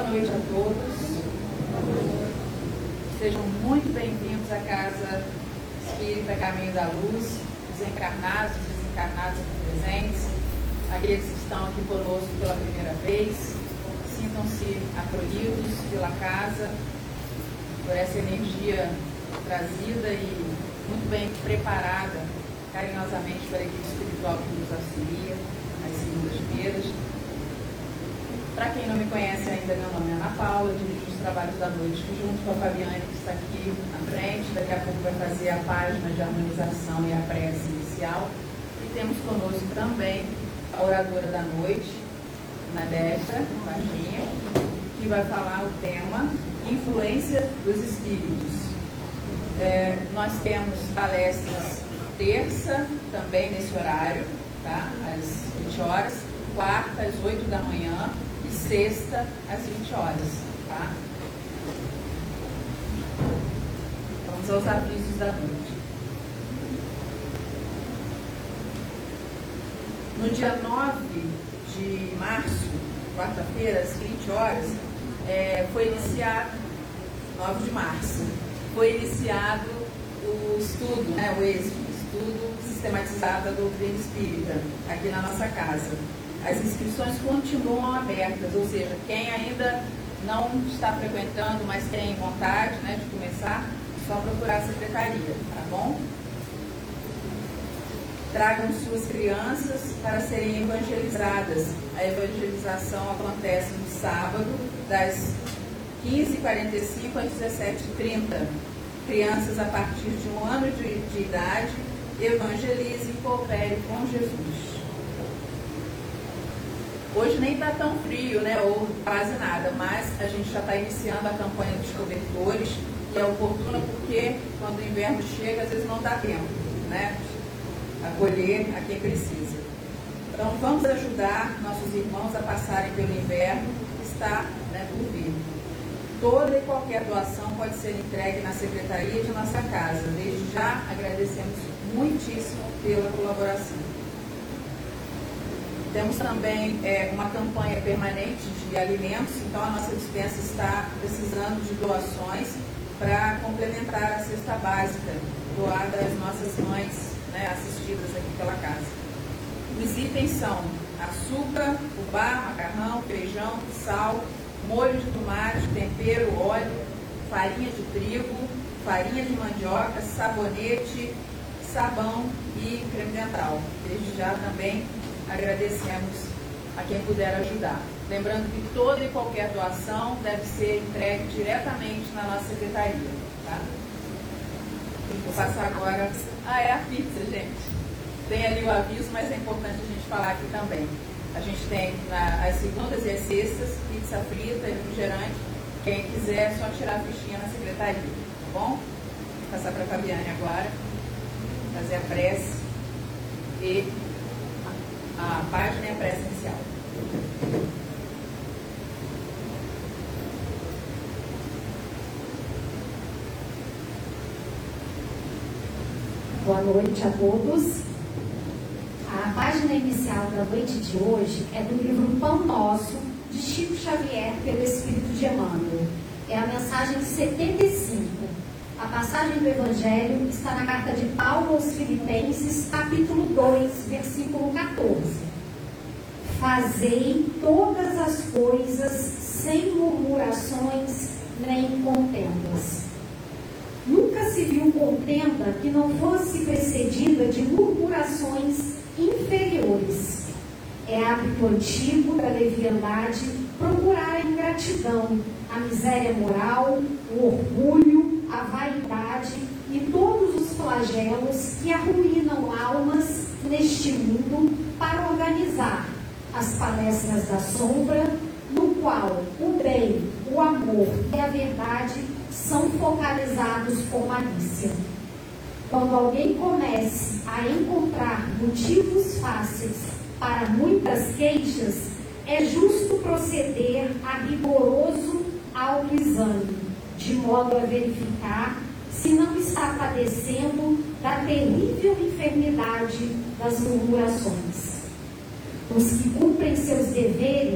noite a todos. Sejam muito bem-vindos à Casa Espírita Caminho da Luz, os encarnados, os desencarnados aqui presentes, aqueles que estão aqui conosco pela primeira vez. Sintam-se acolhidos pela casa, por essa energia trazida e muito bem preparada carinhosamente pela equipe espiritual que nos auxilia às segundas-feiras. Para quem não me conhece ainda, meu nome é Ana Paula, dirijo os trabalhos da noite junto com a Fabiane, que está aqui na frente. Daqui a pouco vai fazer a página de harmonização e a prece inicial. E temos conosco também a oradora da noite, Nadesha Varginha, que vai falar o tema Influência dos Espíritos. Nós temos palestras terça, também nesse horário, tá? Às 20 horas, quarta, às 8 da manhã, e sexta, às 20 horas. Tá? Vamos aos avisos da noite. No dia 9 de março, quarta-feira, às 20 horas, foi iniciado, 9 de março, foi iniciado o estudo, o estudo sistematizado da doutrina espírita, aqui na nossa casa. As inscrições continuam abertas, ou seja, quem ainda não está frequentando, mas tem vontade de começar, é só procurar a secretaria, tá bom? Tragam suas crianças para serem evangelizadas. A evangelização acontece no sábado, das 15h45 às 17h30. Crianças a partir de 1 ano de idade, evangelize e coopere com Jesus. Hoje nem está tão frio, ou quase nada, mas a gente já está iniciando a campanha dos cobertores, que é oportuna porque quando o inverno chega, às vezes não dá tempo, acolher a quem precisa. Então vamos ajudar nossos irmãos a passarem pelo inverno que está por vir. Toda e qualquer doação pode ser entregue na secretaria de nossa casa. Desde já agradecemos muitíssimo pela colaboração. Temos também uma campanha permanente de alimentos, então a nossa despensa está precisando de doações para complementar a cesta básica doada às nossas mães, assistidas aqui pela casa. Os itens são açúcar, fubá, macarrão, feijão, sal, molho de tomate, tempero, óleo, farinha de trigo, farinha de mandioca, sabonete, sabão e creme dental. Desde já também agradecemos a quem puder ajudar. Lembrando que toda e qualquer doação deve ser entregue diretamente na nossa secretaria. Tá? Vou passar agora. É a pizza, gente. Tem ali o aviso, mas é importante a gente falar aqui também. A gente tem as segundas e as sextas, pizza frita, refrigerante. Quem quiser, é só tirar a fichinha na secretaria, tá bom? Vou passar para a Fabiane agora, fazer a prece e a página e a prece inicial. Boa noite a todos. A página inicial da noite de hoje é do livro Pão Nosso, de Chico Xavier, pelo Espírito de Emmanuel. É a mensagem 75. A passagem do Evangelho está na carta de Paulo aos Filipenses, capítulo 2, versículo 14. Fazei todas as coisas sem murmurações nem contendas. Nunca se viu contenda que não fosse precedida de murmurações inferiores. É hábito antigo da leviandade procurar a ingratidão, a miséria moral, o orgulho, a vaidade e todos os flagelos que arruinam almas neste mundo para organizar as palestras da sombra, no qual o bem, o amor e a verdade são focalizados com malícia. Quando alguém comece a encontrar motivos fáceis para muitas queixas, é justo proceder a rigoroso autoexame, de modo a verificar se não está padecendo da terrível enfermidade das murmurações. Os que cumprem seus deveres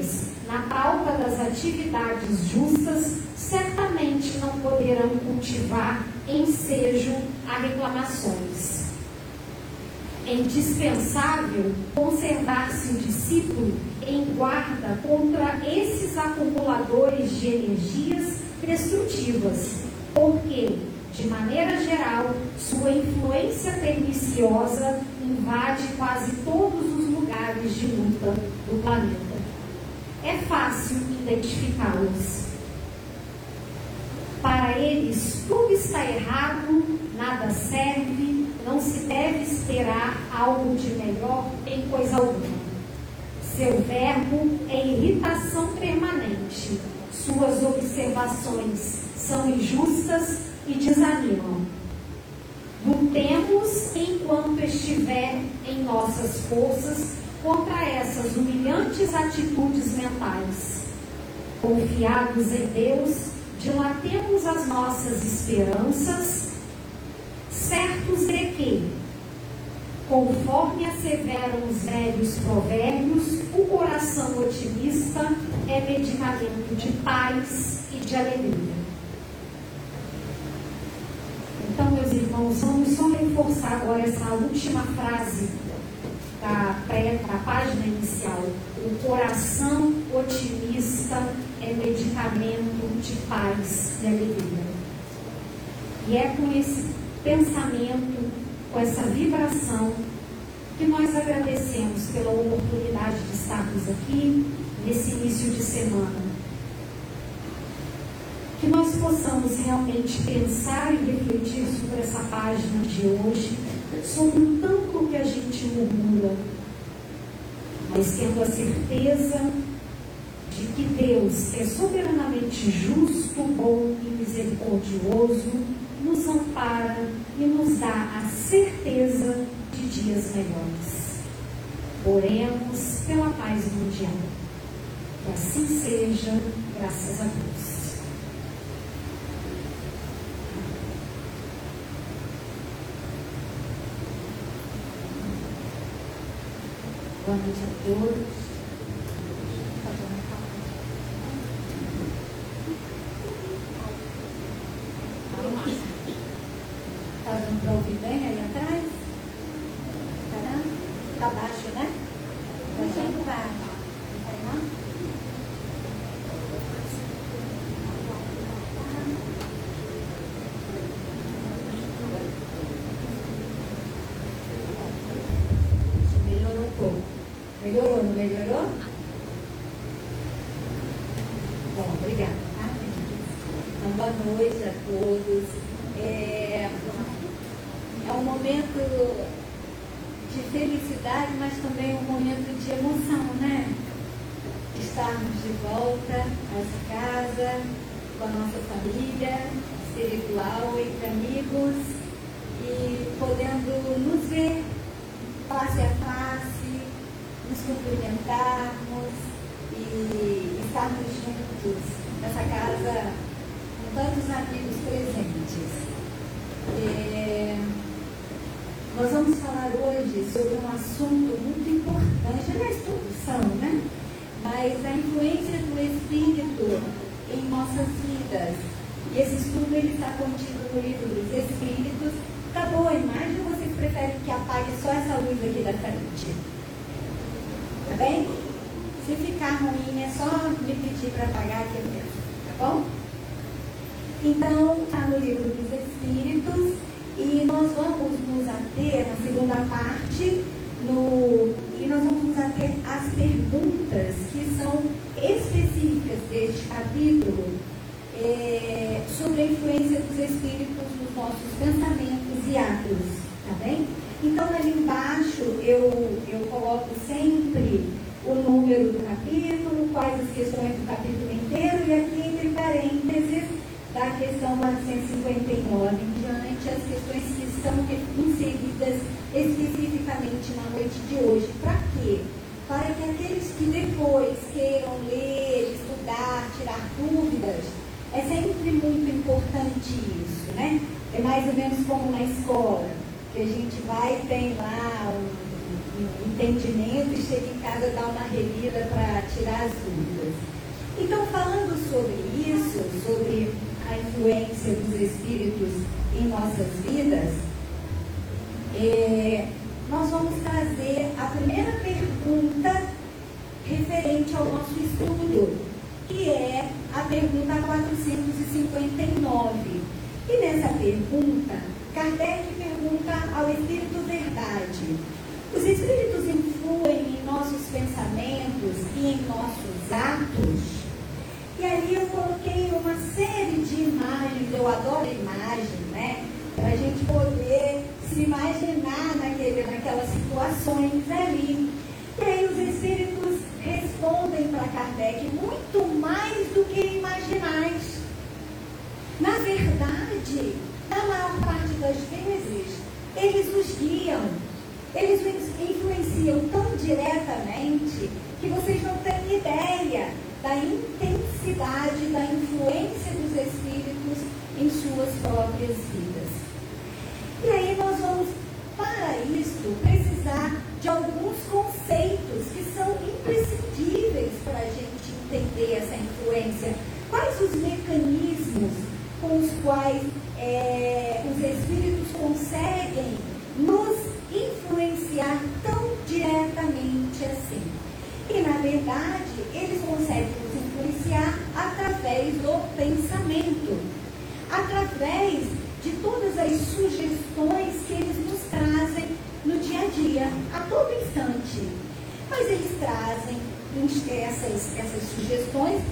na pauta das atividades justas, certamente não poderão cultivar ensejo a reclamações. É indispensável conservar-se o discípulo em guarda contra esses acumuladores de energias destrutivas, porque, de maneira geral, sua influência perniciosa invade quase todos os lugares de luta do planeta. É fácil identificá-los. Para eles, tudo está errado, nada serve, não se deve esperar algo de melhor em coisa alguma. Seu verbo é irritação permanente. Suas observações são injustas e desanimam. Lutemos enquanto estiver em nossas forças contra essas humilhantes atitudes mentais. Confiados em Deus, dilatemos as nossas esperanças, certos de que, conforme asseveram os velhos provérbios, o coração otimista é medicamento de paz e de alegria. Então, meus irmãos, vamos só reforçar agora essa última frase da página inicial. O coração otimista é medicamento de paz e alegria. E é com esse pensamento, com essa vibração, que nós agradecemos pela oportunidade de estarmos aqui nesse início de semana. Que nós possamos realmente pensar e refletir sobre essa página de hoje, sobre o tanto que a gente murmura, mas tendo a certeza de que Deus, que é soberanamente justo, bom e misericordioso, nos ampara e nos dá a certeza de dias melhores. Oremos pela paz mundial. Que assim seja, graças a Deus. Boa noite a todos. Está dando para ouvir bem aí atrás? Está baixo, né? Está muito baixo. Não vai não? Melhorou um pouco. Melhorou, não melhorou? Bom, obrigada. Então, boa noite a todos. É um momento de felicidade, mas também um momento de emoção, né? Estarmos de volta a essa casa, com a nossa família espiritual, entre amigos, e podendo nos ver face a face, nos cumprimentarmos e estarmos juntos nessa casa com tantos amigos presentes. Nós vamos falar hoje sobre um assunto muito importante, aliás, todos são, né? Mas a influência do Espírito em nossas vidas. E esse estudo ele está contido no livro dos Espíritos. Tá boa a imagem ou vocês preferem que apague só essa luz aqui da frente? Tá bem? Se ficar ruim, é só me pedir para apagar aqui mesmo, tá bom? Então, está no livro dos Espíritos e nós vamos nos ater na segunda parte e nós vamos nos ater às perguntas que são específicas deste capítulo sobre a influência dos Espíritos nos nossos pensamentos e atos, tá bem? Então, ali embaixo eu coloco sempre o número do capítulo, quais as questões do capítulo inteiro, e aqui entre parênteses da questão 459 em diante, as questões que estão inseridas especificamente na noite de hoje. Para quê? Para que aqueles que depois queiram ler, estudar, tirar dúvidas, é sempre muito importante isso, né? É mais ou menos como na escola, que a gente vai e tem lá um entendimento e chega em casa e dá uma relida para tirar as dúvidas. Então, falando sobre isso, sobre a influência dos espíritos em nossas vidas, nós vamos trazer a primeira pergunta referente ao nosso estudo, que é a pergunta 459. E nessa pergunta, Kardec pergunta ao Espírito Verdade: os espíritos influem em nossos pensamentos e em nossos atos? E aí eu coloquei uma série de imagens, eu adoro imagem, né? Para a gente poder se imaginar naquelas situações ali. E aí os espíritos respondem para Kardec: muito mais do que imaginais. Na verdade, na maior parte das vezes, eles os guiam, eles os influenciam tão diretamente que vocês não têm ideia da intensidade, da influência dos espíritos em suas próprias vidas. E aí nós vamos, para isso, precisar de alguns conceitos que são imprescindíveis para a gente entender essa influência. Quais os mecanismos com os quais os espíritos conseguem nos influenciar tão diretamente assim? E, na verdade, eles conseguem nos influenciar através do pensamento, através de todas as sugestões que eles nos trazem no dia a dia, a todo instante. Mas eles trazem essas sugestões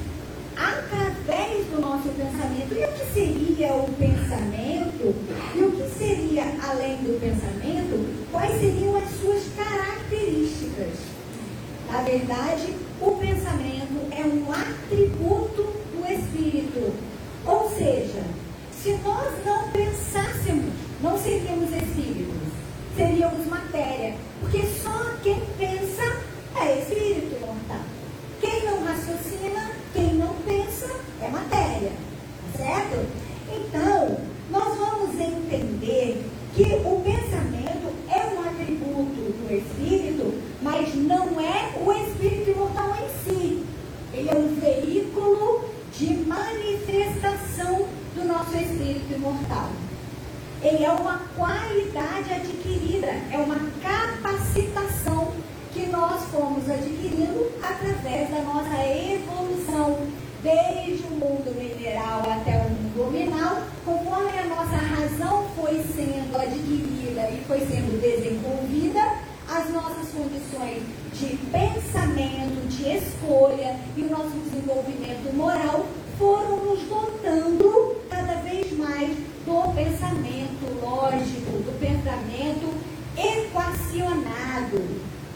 através do nosso pensamento. E o que seria o pensamento? E o que seria, além do pensamento, quais seriam as suas características? Na verdade, o pensamento é um atributo do espírito. Ou seja, se nós não pensássemos, não seríamos espíritos, seríamos matéria. Porque só quem pensa é espírito mortal. Quem não raciocina, quem não pensa, é matéria. Certo? Então, nós vamos entender que o pensamento é um atributo do espírito, mas não é o espírito imortal em si. Ele é um veículo de manifestação do nosso espírito imortal. Ele é uma qualidade adquirida, é uma capacitação que nós fomos adquirindo através da nossa evolução, desde o mundo mineral até o mundo luminal, conforme a nossa razão foi sendo adquirida e foi sendo desenvolvida, as nossas condições de pensamento, de escolha e o nosso desenvolvimento moral foram nos dotando cada vez mais do pensamento lógico, do pensamento equacionado,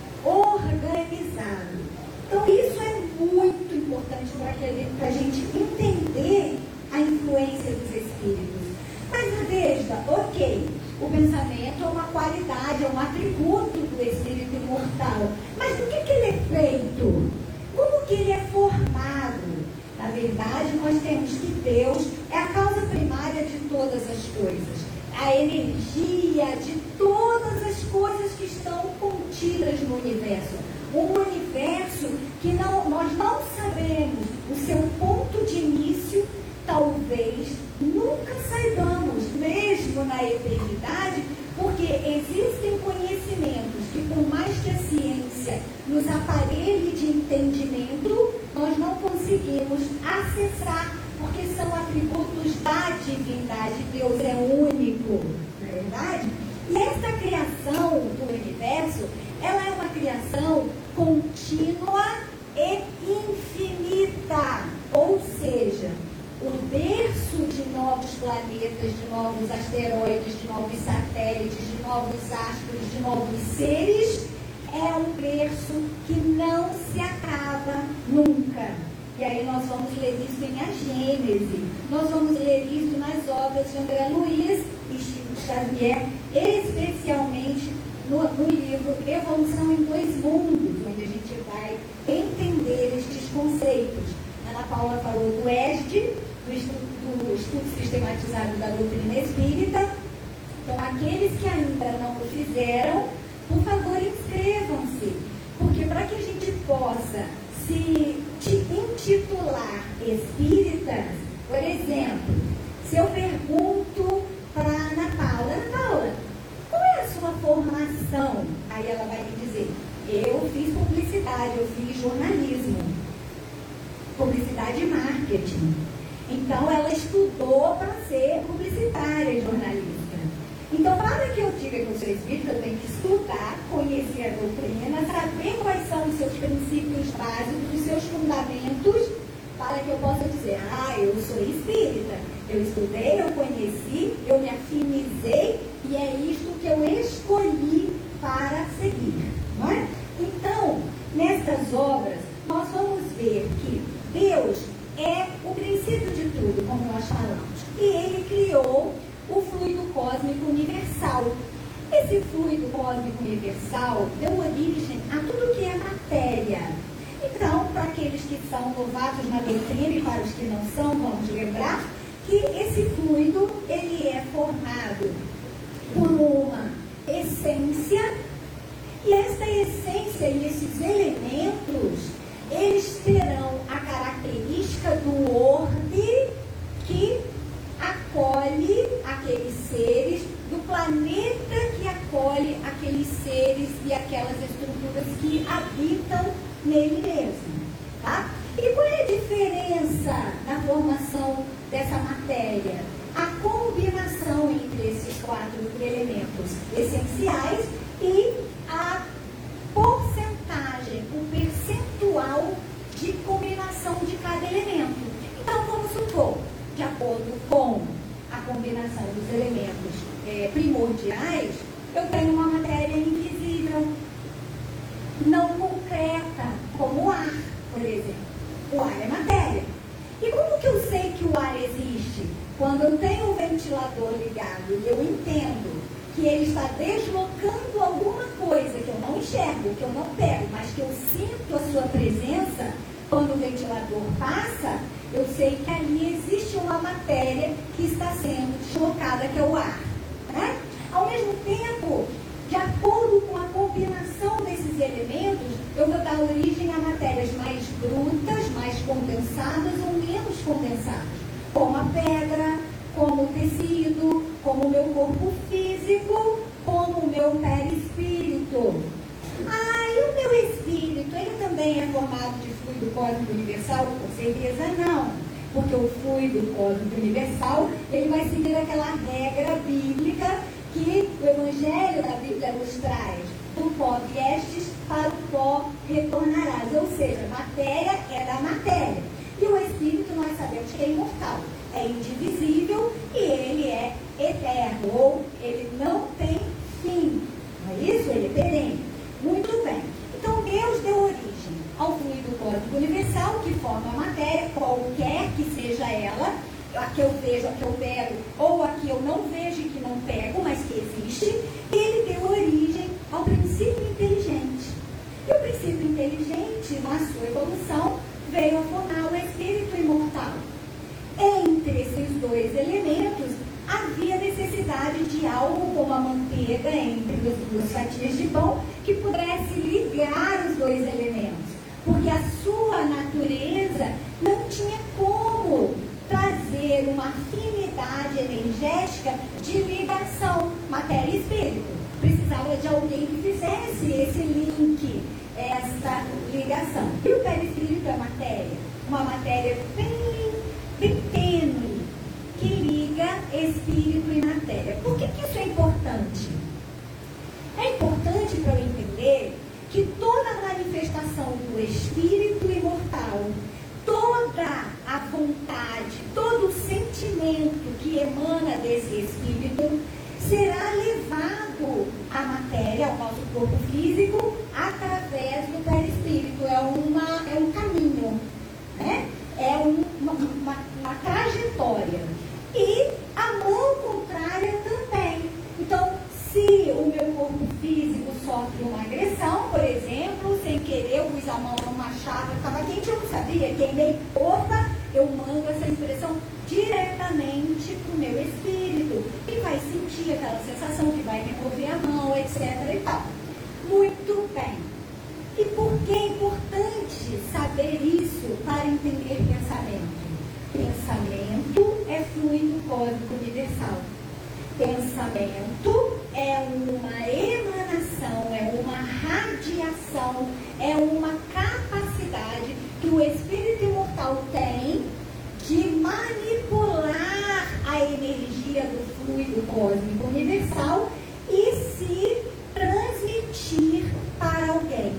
organizado. Então isso é muito importante para a gente entender a influência dos espíritos. Mas veja, ok, o pensamento é uma qualidade, é um atributo do espírito imortal. Mas do que ele é feito? Como que ele é formado? Na verdade, nós temos que Deus é a causa primária de todas as coisas. A energia de todas as coisas que estão contidas no universo. Um universo que nós não sabemos o seu ponto de início, talvez nunca saibamos, mesmo na eternidade, porque existem conhecimentos que, por mais que a ciência nos aparelhe de entendimento, nós não conseguimos acessar, porque são atributos da divindade. Deus é único, não é verdade? E esta criação do universo, ela é uma criação contínua e infinita, ou seja, o berço de novos planetas, de novos asteroides, de novos satélites, de novos astros, de novos seres, é um berço que não se acaba nunca. E aí nós vamos ler isso em A Gênese, nós vamos ler isso nas obras de André Luiz e Chico Xavier, especialmente no livro Evolução em Dois Mundos, onde a gente vai entender estes conceitos. Ana Paula falou do ESD, do estudo sistematizado da doutrina espírita. Então, aqueles que ainda não o fizeram, por favor, inscrevam. possa se intitular espírita, por exemplo, se eu pergunto para Ana Paula, qual é a sua formação? Aí ela vai me dizer, eu fiz publicidade, eu fiz jornalismo, publicidade e marketing. Então ela estudou para ser publicitária e jornalista. Então, para que eu diga que eu sou espírita, eu tenho que estudar, conhecer a doutrina, saber quais são os seus princípios básicos, os seus fundamentos, para que eu possa dizer, eu sou espírita. Eu estudei, eu conheci, eu me afinizei e é isto que eu escolhi para seguir. Não é? Então, nestas obras, nós vamos ver que Deus é o princípio de tudo, como nós falamos. E Ele criou o fluido cósmico universal. Esse fluido cósmico universal deu origem a tudo que é matéria. Então, para aqueles que são novatos na doutrina e para os que não são, vamos lembrar que esse fluido, ele é formado por uma essência, e essa essência e esses elementos, eles terão a característica do orbe que acolhe aqueles seres, do planeta que acolhe aqueles seres e aquelas estruturas que habitam nele mesmo. Tá? E qual é a diferença na formação dessa matéria? A combinação entre esses 4 elementos essenciais e a porcentagem, o percentual de combinação de cada elemento. Então, vamos supor, de acordo com a combinação dos elementos primordiais, eu tenho uma matéria invisível, não concreta, como o ar, por exemplo. O ar é matéria. E como que eu sei que o ar existe? Quando eu tenho um ventilador ligado e eu entendo que ele está deslocando alguma coisa que eu não enxergo, que eu não pego, mas que eu sinto a sua presença, quando o ventilador passa, eu sei que ali existe uma matéria que está sendo deslocada, que é o ar. Né? Ao mesmo tempo, de acordo com a combinação desses elementos, eu vou dar origem a matérias mais brutas, mais condensadas ou menos condensadas, como a pedra, como o tecido, como o meu corpo físico, como o meu perispírito. E o meu espírito, ele também é formado de fluido cósmico universal? Com certeza não. Porque o fluido cósmico universal, ele vai seguir aquela regra bíblica que o Evangelho da Bíblia nos traz. Do pó viestes, para o pó retornarás. Ou seja, matéria é da matéria. E o espírito, nós sabemos que é imortal, é indivisível e ele é eterno, ou ele não tem fim. Não é isso? Ele é perene. Muito bem. Então, Deus deu origem ao fluido cósmico universal, que forma a matéria, qualquer que seja ela, a que eu vejo, a que eu pego, ou a que eu não vejo e que não pego, mas que existe. Ele deu origem ao princípio inteligente. E o princípio inteligente, na sua evolução, veio a formar o espírito imortal. Entre esses 2 elementos, havia necessidade de algo como a manteiga entre as 2 fatias de pão que pudesse ligar os 2 elementos, porque a sua natureza não tinha como trazer uma afinidade energética de ligação matéria e espírito. Precisava de alguém que fizesse esse link, essa ligação. E o perispírito é matéria, uma matéria bem tênue, que liga espírito e matéria. Por que isso é importante? É importante para eu entender que toda a manifestação do espírito imortal, toda a vontade, todo o sentimento que emana desse espírito será levado à matéria, ao nosso corpo físico, através do perispírito. É um caminho, né? É uma trajetória. E a mão contrária também. Então, se o meu corpo físico sofre uma agressão, por exemplo, sem querer, eu pus a mão numa chave, estava quente, eu não sabia, queimei, opa, eu mando essa impressão diretamente para o meu espírito, que vai sentir aquela sensação, que vai me mover a mão, etc. e tal. Muito bem. E por que é importante entender pensamento? Pensamento é fluido cósmico universal. Pensamento é uma emanação, é uma radiação, é uma capacidade que o espírito imortal tem de manipular a energia do fluido cósmico universal e se transmitir para alguém.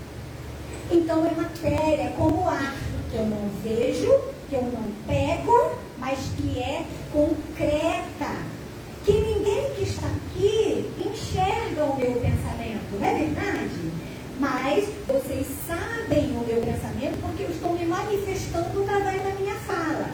Então é matéria, é como ar, que eu não vejo, que eu não pego, mas que é concreta, que ninguém que está aqui enxerga o meu pensamento, não é verdade? Mas vocês sabem o meu pensamento porque eu estou me manifestando através da minha fala.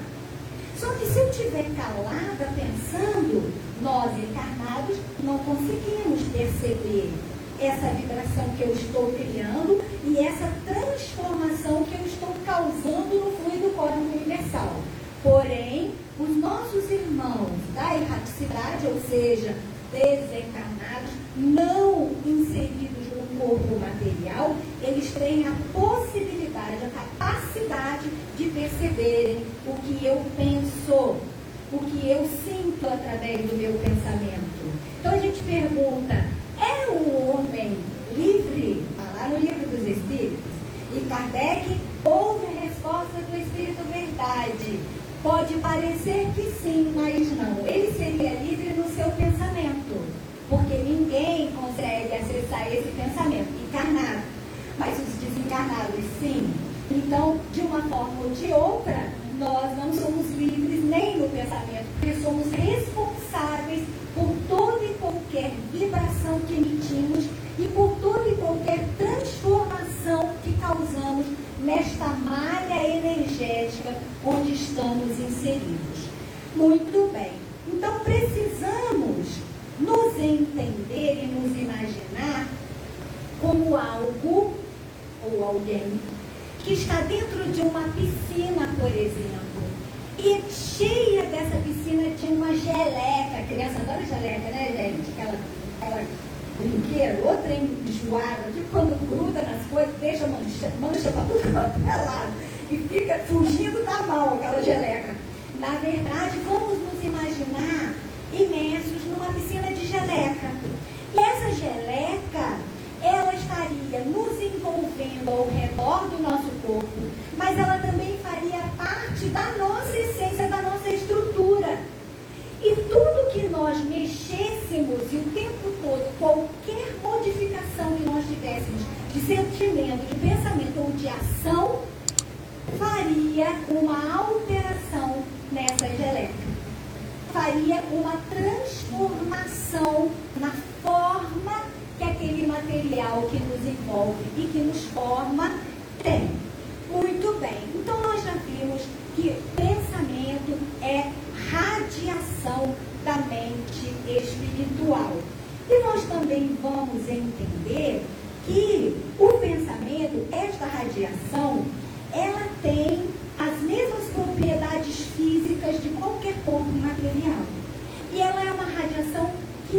Só que se eu estiver calada pensando, nós encarnados não conseguimos perceber essa vibração que eu estou criando e essa transformação que eu estou causando no fluido cósmico universal. Porém, os nossos irmãos da erraticidade, ou seja, desencarnados, não inseridos no corpo material, eles têm a possibilidade, a capacidade de perceberem o que eu penso, o que eu sinto através do meu pensamento. Então a gente pergunta, é o homem livre? Está lá no Livro dos Espíritos. E Kardec ouve a resposta do Espírito Verdade. Pode parecer que sim, mas não. Ele seria livre no seu pensamento, porque ninguém consegue acessar esse pensamento encarnado. Mas os desencarnados, sim. Então, de uma forma ou de outra, nós não somos livres nem no pensamento, porque somos responsáveis por toda e qualquer vibração que emitimos e por toda e qualquer transformação que causamos nesta malha energética onde estamos inseridos. Muito bem. Então, precisamos nos entender e nos imaginar como algo ou alguém que está dentro de uma piscina, por exemplo, e cheia dessa piscina tinha uma geleca. A criança adora geleca, né, gente? Aquela brinquedo, outra enjoada, que quando gruda nas coisas, deixa mancha para tudo quanto é lado, e fica fugindo da mão aquela geleca. Na verdade, vamos nos imaginar imersos numa piscina de geleca. E essa geleca, ela estaria nos envolvendo ao redor do nosso corpo, mas ela também faria parte da nossa essência, da nossa estrutura. E tudo que nós mexêssemos, e o tempo todo, qualquer modificação que nós tivéssemos de sentimento, de pensamento ou de ação, faria uma alteração nessa geleca. Faria uma transformação na forma que aquele material que nos envolve e que nos forma tem. Muito bem. Então, nós já vimos que pensamento é radiação da mente espiritual. E nós também vamos entender que o pensamento, esta radiação, ela tem as mesmas propriedades físicas de qualquer corpo material. E ela é uma radiação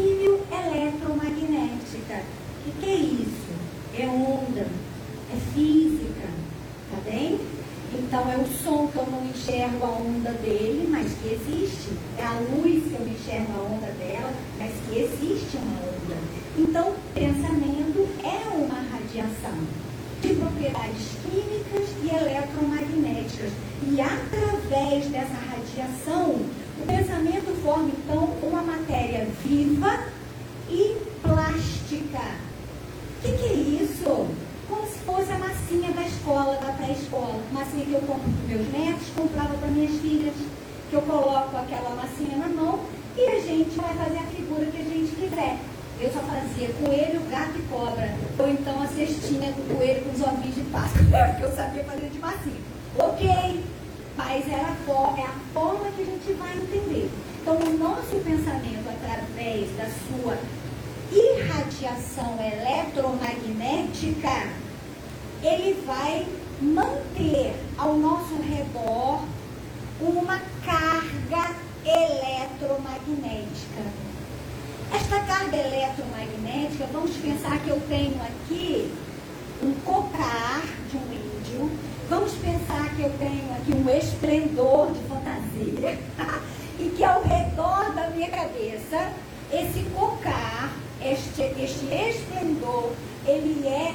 químio-eletromagnética. O que é isso? É onda, é física, tá bem? Então é o som que eu não enxergo a onda dele, mas que existe. É a luz que eu não enxergo a onda dela, mas que existe uma onda. Então, pensamento é uma radiação de propriedades químicas e eletromagnéticas. E através dessa radiação, o pensamento forma, então, uma matéria viva e plástica. O que é isso? Como se fosse a massinha da escola, da pré-escola. Massinha que eu compro para meus netos, comprava para minhas filhas. Que eu coloco aquela massinha na mão e a gente vai fazer a figura que a gente quiser. Eu só fazia coelho, gato e cobra. Ou então a cestinha do coelho com os ovinhos de Páscoa, que eu sabia fazer de massinha. Ok, mas é a forma que a gente vai entender. Então, o nosso pensamento, através da sua irradiação eletromagnética, ele vai manter ao nosso redor uma carga eletromagnética. Esta carga eletromagnética, vamos pensar que eu tenho aqui um cocar de um índio, vamos Vamos pensar que eu tenho aqui um esplendor de fantasia e que ao redor da minha cabeça, esse cocar, este esplendor, ele é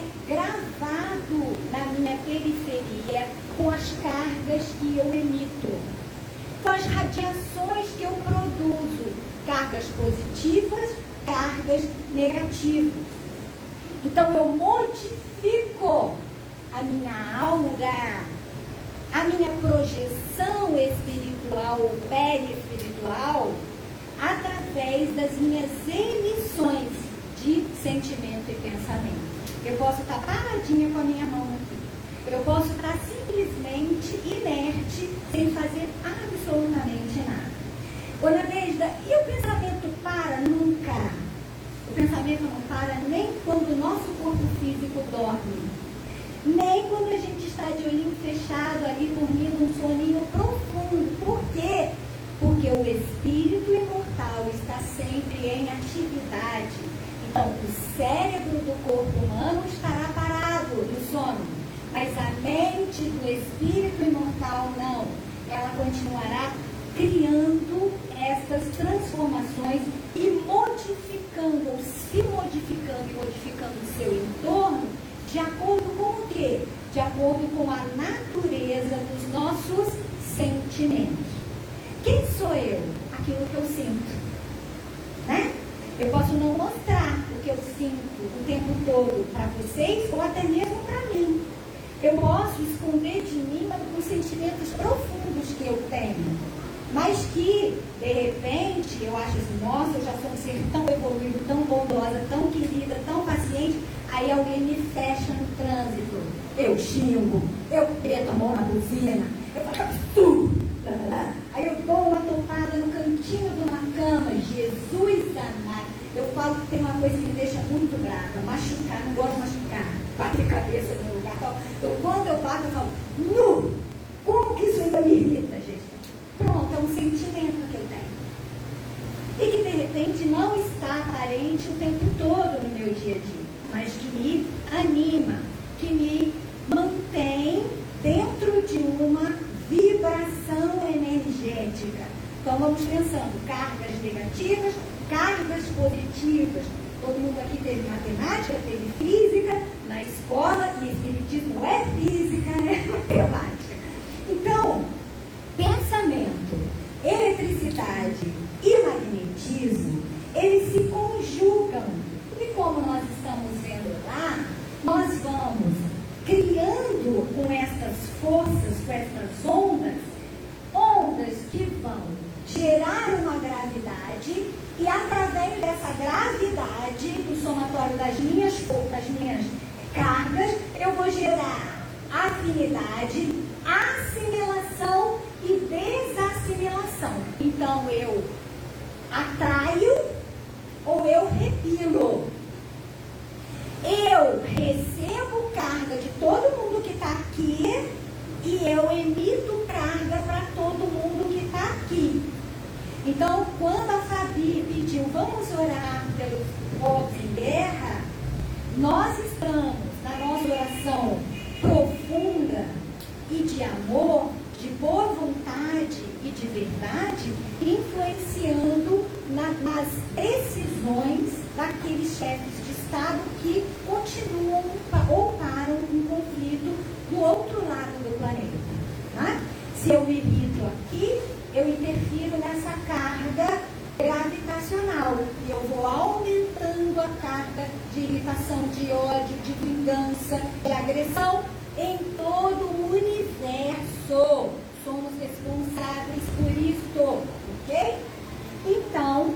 gravado na minha periferia com as cargas que eu emito, com as radiações que eu produzo, cargas positivas, cargas negativas. Então eu modifico a minha aura, a minha projeção espiritual ou perispiritual através das minhas emissões de sentimento e pensamento. Eu posso estar paradinha com a minha mão aqui. Eu posso estar simplesmente inerte, sem fazer absolutamente nada. Dona Neida, e o pensamento para? Nunca. O pensamento não para nem quando o nosso corpo físico dorme. Nem quando a gente está de olhinho fechado ali, dormindo um soninho profundo. Por quê? Porque o espírito imortal está sempre em atividade. Então, o cérebro do corpo humano estará parado no sono, mas a mente do espírito imortal não. Ela continuará criando essas transformações e modificando, ou se modificando e modificando o seu entorno, de acordo com o quê? De acordo com a natureza dos nossos sentimentos. Quem sou eu? Aquilo que eu sinto, né? Eu posso não mostrar o que eu sinto o tempo todo para vocês ou até mesmo para mim. Eu posso esconder de mim os sentimentos profundos que eu tenho, mas que, de repente, eu acho assim, nossa, eu já sou um ser tão evoluído, tão bondosa, tão querida, tão paciente, aí alguém me fecha no trânsito. Eu xingo, eu meto a mão na buzina, eu faço absurdo. Aí eu dou uma topada no cantinho de uma cama, Jesus amado. Eu falo que tem uma coisa que me deixa muito brava, machucar, não gosto de machucar, bater cabeça no lugar tal. Então quando eu bato, eu falo, nu! Como que isso ainda me irrita, gente? Pronto, é um sentimento que eu tenho. E que de repente não está aparente o tempo todo no meu dia a dia, mas que me anima, que me mantém dentro de uma vibração energética. Então vamos pensando, cargas negativas, cargas positivas. Todo mundo aqui teve matemática, teve física na escola, e espiritismo é física, né? Matemática. Então, pensamento, eletricidade e magnetismo, eles se conjugam. E como nós estamos vendo lá, nós vamos criando com estas forças, com estas ondas que vão gerar uma gravidade, e através dessa gravidade, do somatório das minhas cargas, eu vou gerar afinidade, assimilação e desassimilação. Então eu atraio ou eu repilo. Eu recebo carga de todo mundo que está aqui e eu emito carga para todo mundo que está aqui. Então, quando a Fabi pediu, vamos orar pelos povos em guerra, nós estamos na nossa oração profunda e de amor, de boa vontade e de verdade, influenciando nas decisões daqueles chefes de Estado que continuam ou param um conflito do outro lado do planeta. Tá? Se eu me irrito aqui, eu interfiro nessa carga gravitacional e eu vou aumentando a carga de irritação, de ódio, de vingança, de agressão em todo o universo. Somos responsáveis por isso, ok? Então,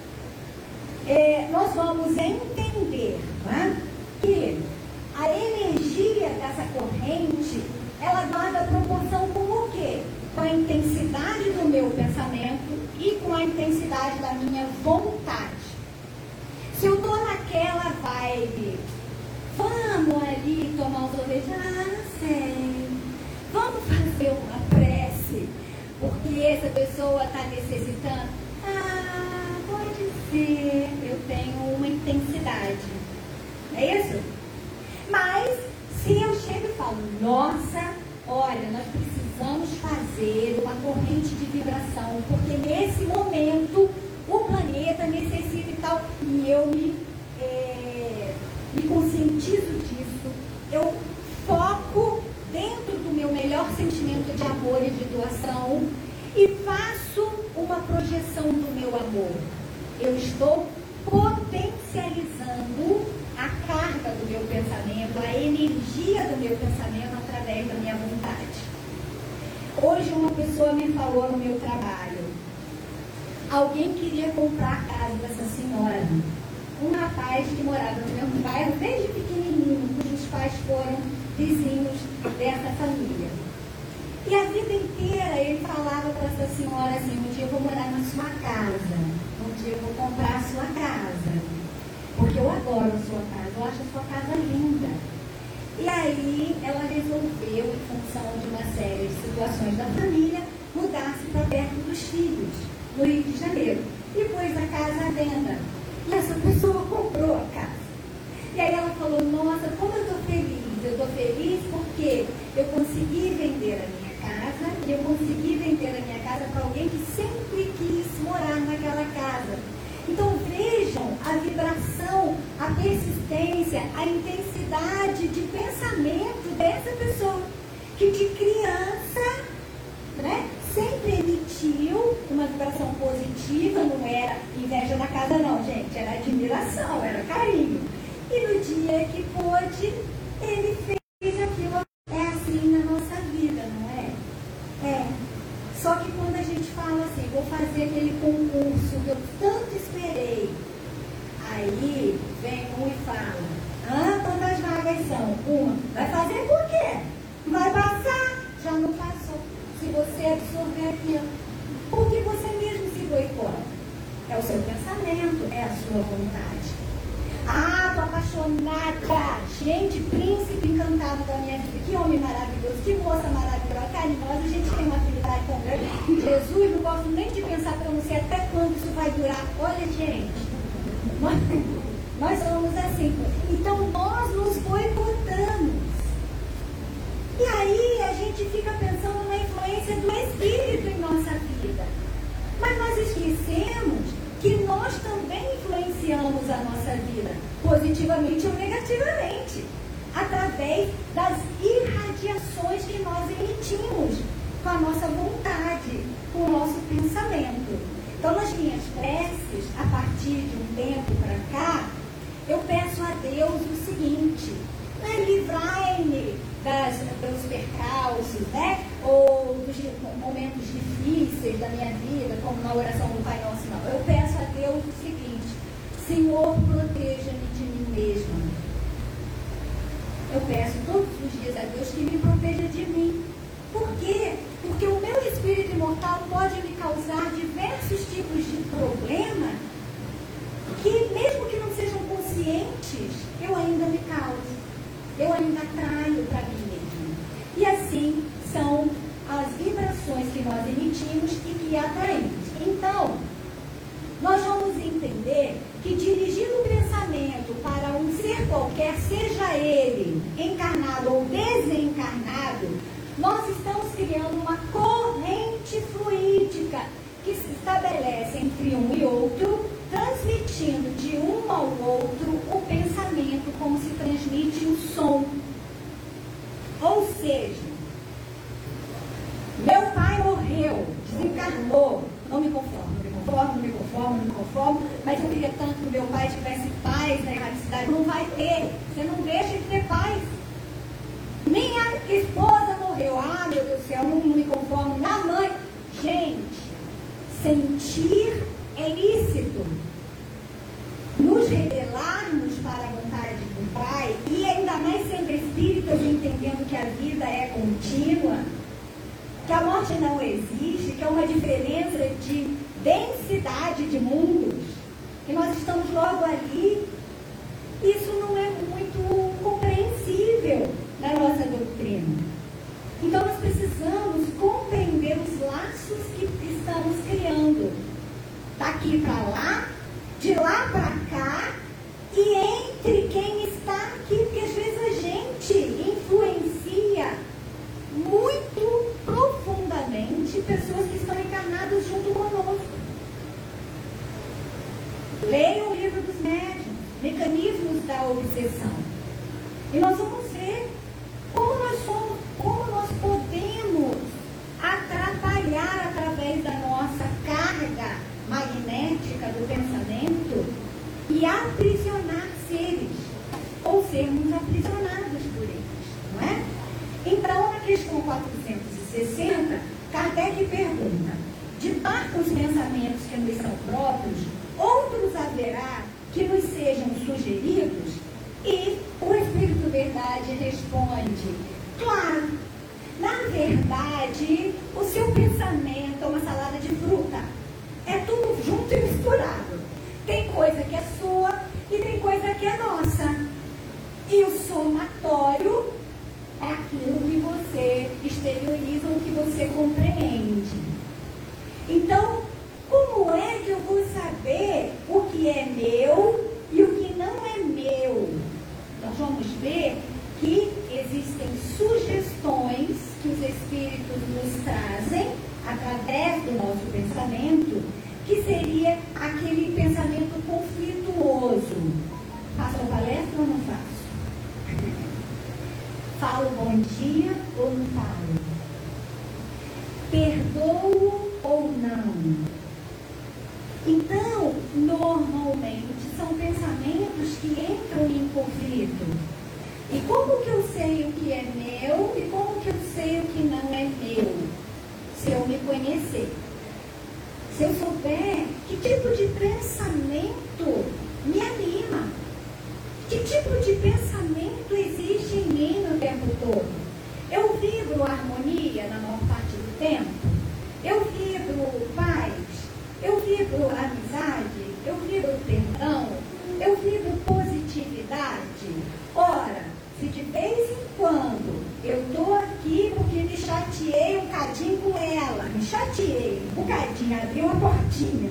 nós vamos entender, né, que a energia dessa corrente, ela guarda proporção com o quê? Com a intensidade do meu pensamento e com a intensidade da minha vontade. Se eu estou naquela vibe, vamos ali tomar um sorvete, não sei, vamos fazer uma prece, porque essa pessoa está necessitando, pode ser, eu tenho uma intensidade, não é isso? Mas, se eu chego e falo, nossa, olha, nós precisamos fazer uma corrente de vibração, porque nesse momento o planeta necessita e tal, e eu me conscientizo disso, eu foco dentro do meu melhor sentimento de amor e de doação e faço uma projeção do meu amor. Eu estou potencializando a carga do meu pensamento, a energia do meu pensamento através da minha vontade. Hoje uma pessoa me falou no meu trabalho, alguém queria comprar a casa dessa senhora, um rapaz que morava no meu bairro desde pequenininho, cujos pais foram vizinhos dessa família. E a vida inteira ele falava para essa senhora assim, um dia eu vou morar na sua casa, um dia eu vou comprar a sua casa, porque eu adoro a sua casa, eu acho a sua casa linda. E aí ela resolveu, em função de uma série de situações da família, mudar-se para perto dos filhos, no Rio de Janeiro, e pôs a casa à venda. E essa pessoa comprou a casa. E aí ela falou, nossa, como eu estou feliz. Eu estou feliz porque eu consegui vender a minha casa, e eu consegui vender a minha casa para alguém que sempre quis morar naquela casa. Então vejam a vibração, a persistência, a intensidade de pensamento dessa pessoa, que de criança, né, sempre emitiu uma vibração positiva, não era inveja na casa não, gente, era admiração, era carinho. E no dia que pôde, ele fez aquilo. É assim na nossa vida, não é? É. Só que quando a gente fala assim, vou fazer aquele concurso que eu tanto esperei, aí vem um e fala, quantas vagas são? Uma. Vai fazer por quê? Vai passar? Já não passou. Se você absorver aquilo, porque você mesmo se boicota. É o seu pensamento, é a sua vontade. Tô apaixonada. Gente, príncipe encantado da minha vida. Que homem maravilhoso, que moça maravilhosa, carinhosa. A gente tem uma afinidade com ele. Jesus, não gosto nem de pensar para você até quando isso vai durar. Olha, gente, nós somos assim. Então, nós nos boicotamos. E aí, a gente fica pensando na influência do Espírito em nossa vida. Mas nós esquecemos que nós também influenciamos a nossa vida, positivamente ou negativamente, através das irradiações que nós emitimos com a nossa vontade, com o nosso pensamento. Então, nas minhas preces, a partir de um tempo para cá, eu peço a Deus o seguinte, livrai-me dos percalços, né? Ou dos momentos difíceis da minha vida, como na oração do Pai Nosso. Não. Eu peço a Deus o seguinte, Senhor, proteja-me de mim mesma. Eu peço todos os dias a Deus que me proteja de mim. Por quê? Porque o meu espírito imortal pode me causar diversos tipos de problema que, mesmo que não sejam conscientes, eu ainda me causo. Eu ainda atraio para mim mesmo. E assim são as vibrações que nós emitimos e que atraímos. Então, nós vamos entender que dirigindo o pensamento para um ser qualquer, seja ele encarnado ou desencarnado, nós estamos criando uma corrente fluídica que se estabelece entre um e outro, transmitindo de um ao outro o pensamento como se transmite o som. Ou seja, meu pai morreu, desencarnou, não me conformo, mas eu queria tanto que meu pai tivesse paz na erradicidade. Não vai ter, você não deixa de ter paz. Minha esposa morreu, meu Deus do céu, não me conformo. Minha mãe, gente, sentir é lícito. Nos rebelarmos para a vontade do Pai, e ainda mais sendo espíritas, entendendo que a vida é contínua, que a morte não existe, que é uma diferença de densidade de mundos, que nós estamos logo ali, isso não é muito compreensível na nossa doutrina. Então nós precisamos compreender os laços que estamos criando, daqui para lá, de lá para cá, e entre quem está aqui, porque às vezes a gente influencia muito questão 460, Kardec pergunta: de par com os pensamentos que nos são próprios, outros haverá que nos sejam sugeridos? E o Espírito Verdade responde: claro, na verdade, o seu pensamento é uma salada de fruta. É tudo junto e misturado. Tem coisa que é sua e tem coisa que é nossa. E o somatório é aquilo que você exterioriza, o que você compreende. Então, como é que eu vou saber o que é meu e o que não é meu? Nós vamos ver que existem sugestões que os Espíritos nos trazem através do nosso pensamento, que seria aquele pensamento conflituoso. Faço a palestra ou não faço? Falo bom dia ou não falo? Perdoo ou não? Então, normalmente, são pensamentos que entram em conflito. E como que eu sei o que é meu e como que eu sei o que não é meu? Se eu me conhecer. Se eu souber que tipo de pensamento me anima. Que tipo de pensamento existe em mim no tempo todo? Eu vibro harmonia na maior parte do tempo? Eu vibro paz? Eu vibro amizade? Eu vibro perdão? Eu vibro positividade? Ora, se de vez em quando eu estou aqui porque me chateei um cadinho com ela, me chateei um bocadinho, abri uma portinha,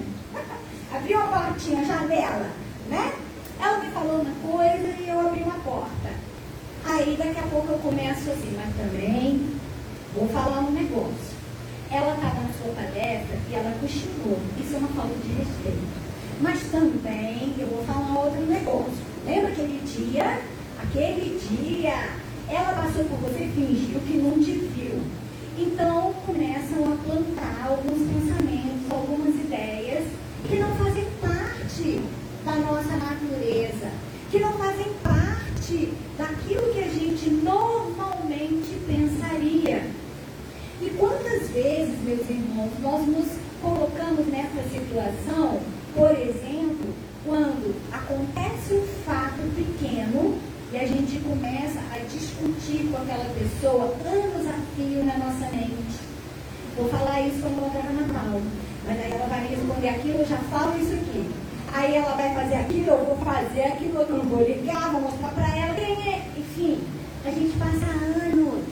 a janela, né? Ela me falou uma coisa e eu abri uma porta. Aí daqui a pouco eu começo assim, mas também vou falar um negócio. Ela estava na sua palestra e ela cochilou. Isso é uma falta de respeito. Mas também eu vou falar outro negócio. Lembra aquele dia? Aquele dia, ela passou por você e fingiu que não te viu. Então, começam a plantar alguns pensamentos, algumas ideias que não fazem parte da nossa natureza, que não fazem parte daquilo que a gente normalmente pensaria. E quantas vezes, meus irmãos, nós nos colocamos nessa situação, por exemplo, quando acontece um fato pequeno e a gente começa a discutir com aquela pessoa anos a fio na nossa mente. Vou falar isso quando voltar no Natal, mas aí ela vai me responder aquilo, eu já falo isso aqui. Aí ela vai fazer aquilo, eu vou fazer aquilo, eu não vou ligar, vou mostrar para ela quem é. Enfim, a gente passa anos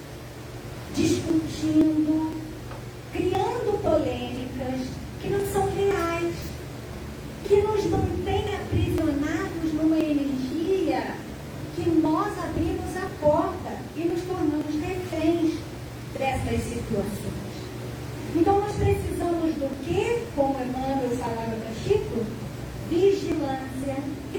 discutindo, criando polêmicas que não são reais, que nos mantêm aprisionados numa energia que nós abrimos a porta e nos tornamos reféns dessas situações. Então nós precisamos do quê? Como Emmanuel falava para Chico, vigilância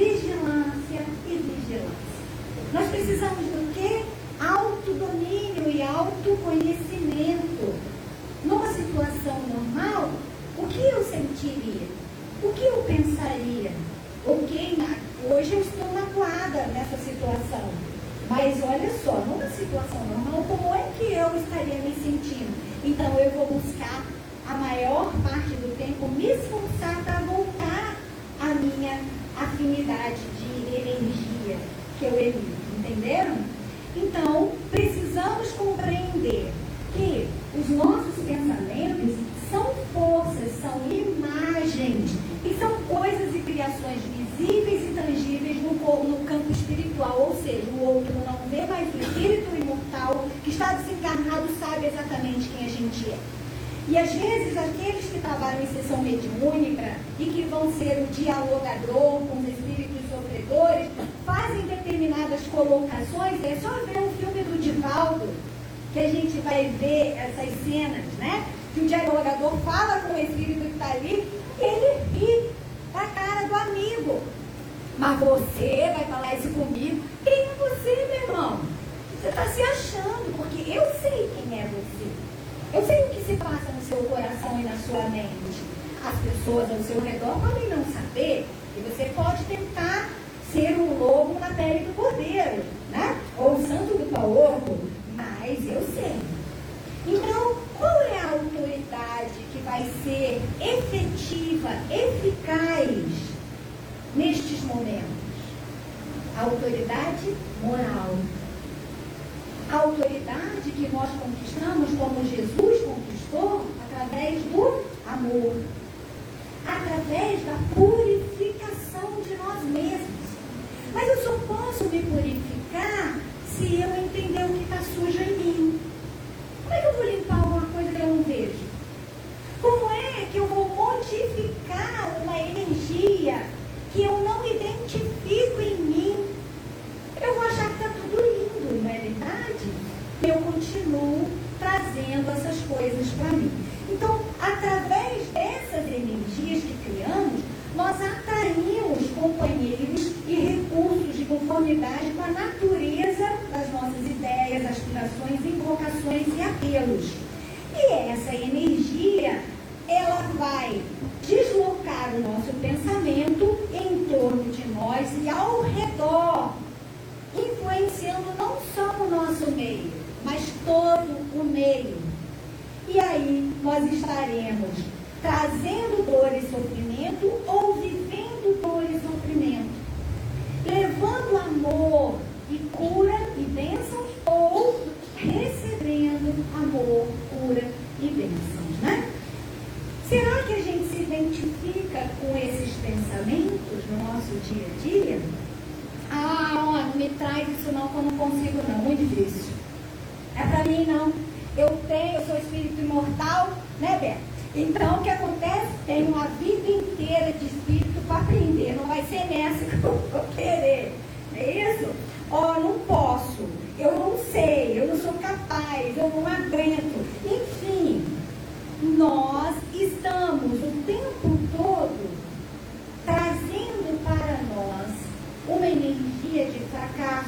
e vigilância. Nós precisamos do quê? Autodomínio e autoconhecimento. Numa situação normal, o que eu sentiria? O que eu pensaria? Ok, hoje eu estou magoada nessa situação. Mas olha só, numa situação normal, como é que eu estaria me sentindo? Então eu vou buscar a maior parte do tempo me esforçar para voltar à minha afinidade de energia que eu emito. Entenderam? Então, precisamos compreender que os nossos pensamentos são forças, são imagens, e são coisas e criações visíveis e tangíveis no campo espiritual, ou seja, o outro não vê, mas o espírito imortal que está desencarnado sabe exatamente quem a gente é. E às vezes aqueles que trabalham em sessão mediúnica e que vão ser o dialogador com os espíritos sofredores, fazem determinadas colocações. É só ver um filme do Divaldo, que a gente vai ver essas cenas, né? Que o dialogador fala com o espírito que está ali e ele ri da cara do amigo. Mas você vai falar isso comigo? Quem é você, meu irmão? Você está se achando, porque eu sei quem é você. Eu sei o que se passa no seu coração e na sua mente. As pessoas ao seu redor podem não saber, e você pode tentar ser um lobo na pele do cordeiro, né? Ou o santo do paorco, mas eu sei nós conquistamos como Jesus conquistou? Através do amor. Através da purificação de nós mesmos. Mas eu só posso me purificar se eu entender o que está sujo em mim. Como é que eu vou limpar alguma coisa que eu não vejo? Como é que eu vou modificar uma energia que eu não identifico em mim? Eu vou achar que está tudo lindo, não é verdade? Eu continuo trazendo essas coisas para mim. Então, através dessas energias que criamos, nós atraímos companheiros e recursos de conformidade com a natureza das nossas ideias, aspirações, invocações e apelos. E essa energia, ela vai deslocar o nosso pensamento em torno de nós e ao redor, influenciando não só o nosso meio, mas todo o meio. E aí nós estaremos trazendo dor e sofrimento ou vivendo dor e sofrimento, levando amor e cura e bênçãos ou recebendo amor, cura e bênçãos, né? Será que a gente se identifica com esses pensamentos no nosso dia a dia? Não me traz isso não, que eu não consigo não, muito difícil. É pra mim não. Eu sou espírito imortal, né, Beto? Então o que acontece? Tenho uma vida inteira de espírito para aprender, não vai ser nessa que eu vou querer. Não é isso? Não posso, eu não sei, eu não sou capaz, eu não aguento. Enfim, nós estamos o tempo todo trazendo para nós uma energia de fracasso,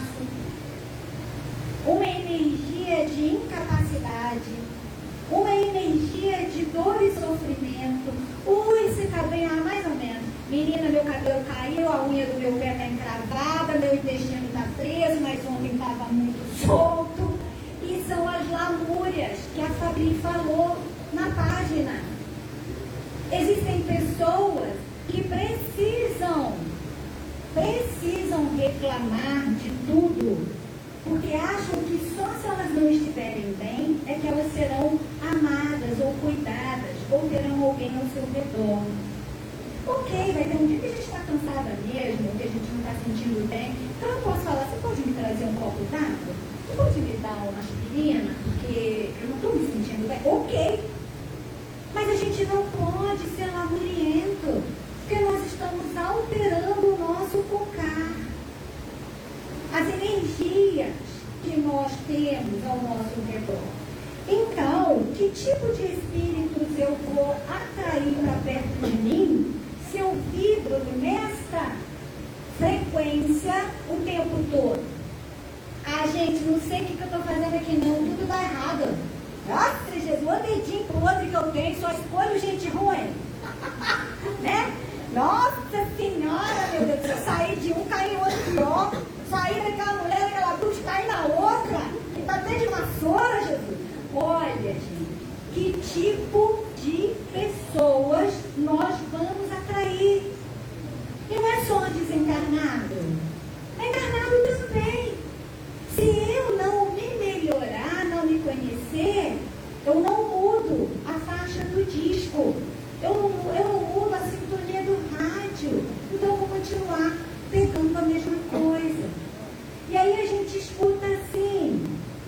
uma energia de incapacidade, uma energia de dor e sofrimento. Esse cabelo, mais ou menos. Menina, meu cabelo caiu, a unha do meu pé está encravada, meu intestino está preso, mas ontem estava muito solto. E são as lamúrias que a Fabi falou na página. Existem pessoas que precisam reclamar de tudo, porque acham que só se elas não estiverem bem é que elas serão amadas ou cuidadas, ou terão alguém ao seu redor. Ok, vai ter um dia que a gente está cansada mesmo, que a gente não está sentindo bem, então eu posso falar, você pode me trazer um copo d'água? Você pode me dar uma aspirina? Porque eu não estou me sentindo bem. Ok, mas a gente não pode ser lamuriento, porque nós estamos alterando o nosso focar. As energias que nós temos ao nosso redor. Então, que tipo de espíritos eu vou atrair para perto de mim se eu vibro nesta frequência o tempo todo? Gente, não sei o que eu estou fazendo aqui não, tudo dá errado. Nossa, Jesus, o dedinho pro outro que eu tenho, só escolho gente ruim. Né? Nossa Senhora, meu Deus, se eu sair de um, cair em outro pior. Sair daquela mulher, daquela bruxa, cair na outra. E bater de vassoura, Jesus. Olha, gente, que tipo de pessoas nós vamos atrair? E não é só desencarnado. É encarnado também. Se eu não me melhorar, não me conhecer, eu não mudo a faixa do disco. Eu não mudo a sintonia do rádio. Então eu vou continuar pegando a mesma coisa. E aí a gente escuta assim.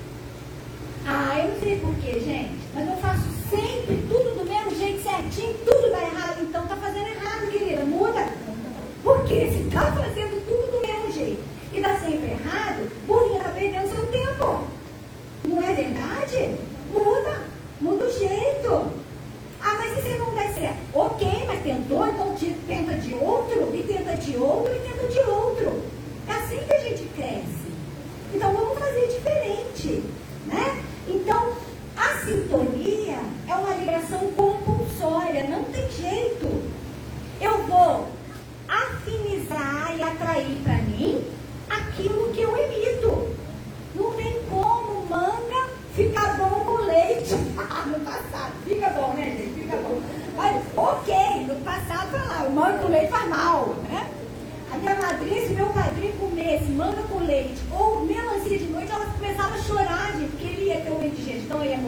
Eu não sei porquê, gente, mas eu faço sempre tudo do mesmo jeito, certinho, tudo dá errado. Então tá fazendo errado, querida, muda. Porque se tá fazendo tudo do mesmo jeito e dá sempre errado, burrinha, tá perdendo seu tempo. Não é verdade? Muda o jeito. Mas e se não der certo? Ok, mas tentou, então tenta de outro, e tenta de outro, e tenta de outro. É assim que a gente cresce. Então vamos fazer diferente, né? Então, a sintonia é uma ligação compulsória, não tem jeito. Eu vou afinizar e atrair para mim aquilo que eu emito. Não tem como manga ficar bom com leite. No passado, fica bom, né, gente? Fica bom. Mas, ok, no passado o manga com leite faz mal, né? A minha madrinha, se meu padrinho comesse manga com leite ou melancia de noite, ela começava a chorar, gente, porque ele ia ter uma indigestão.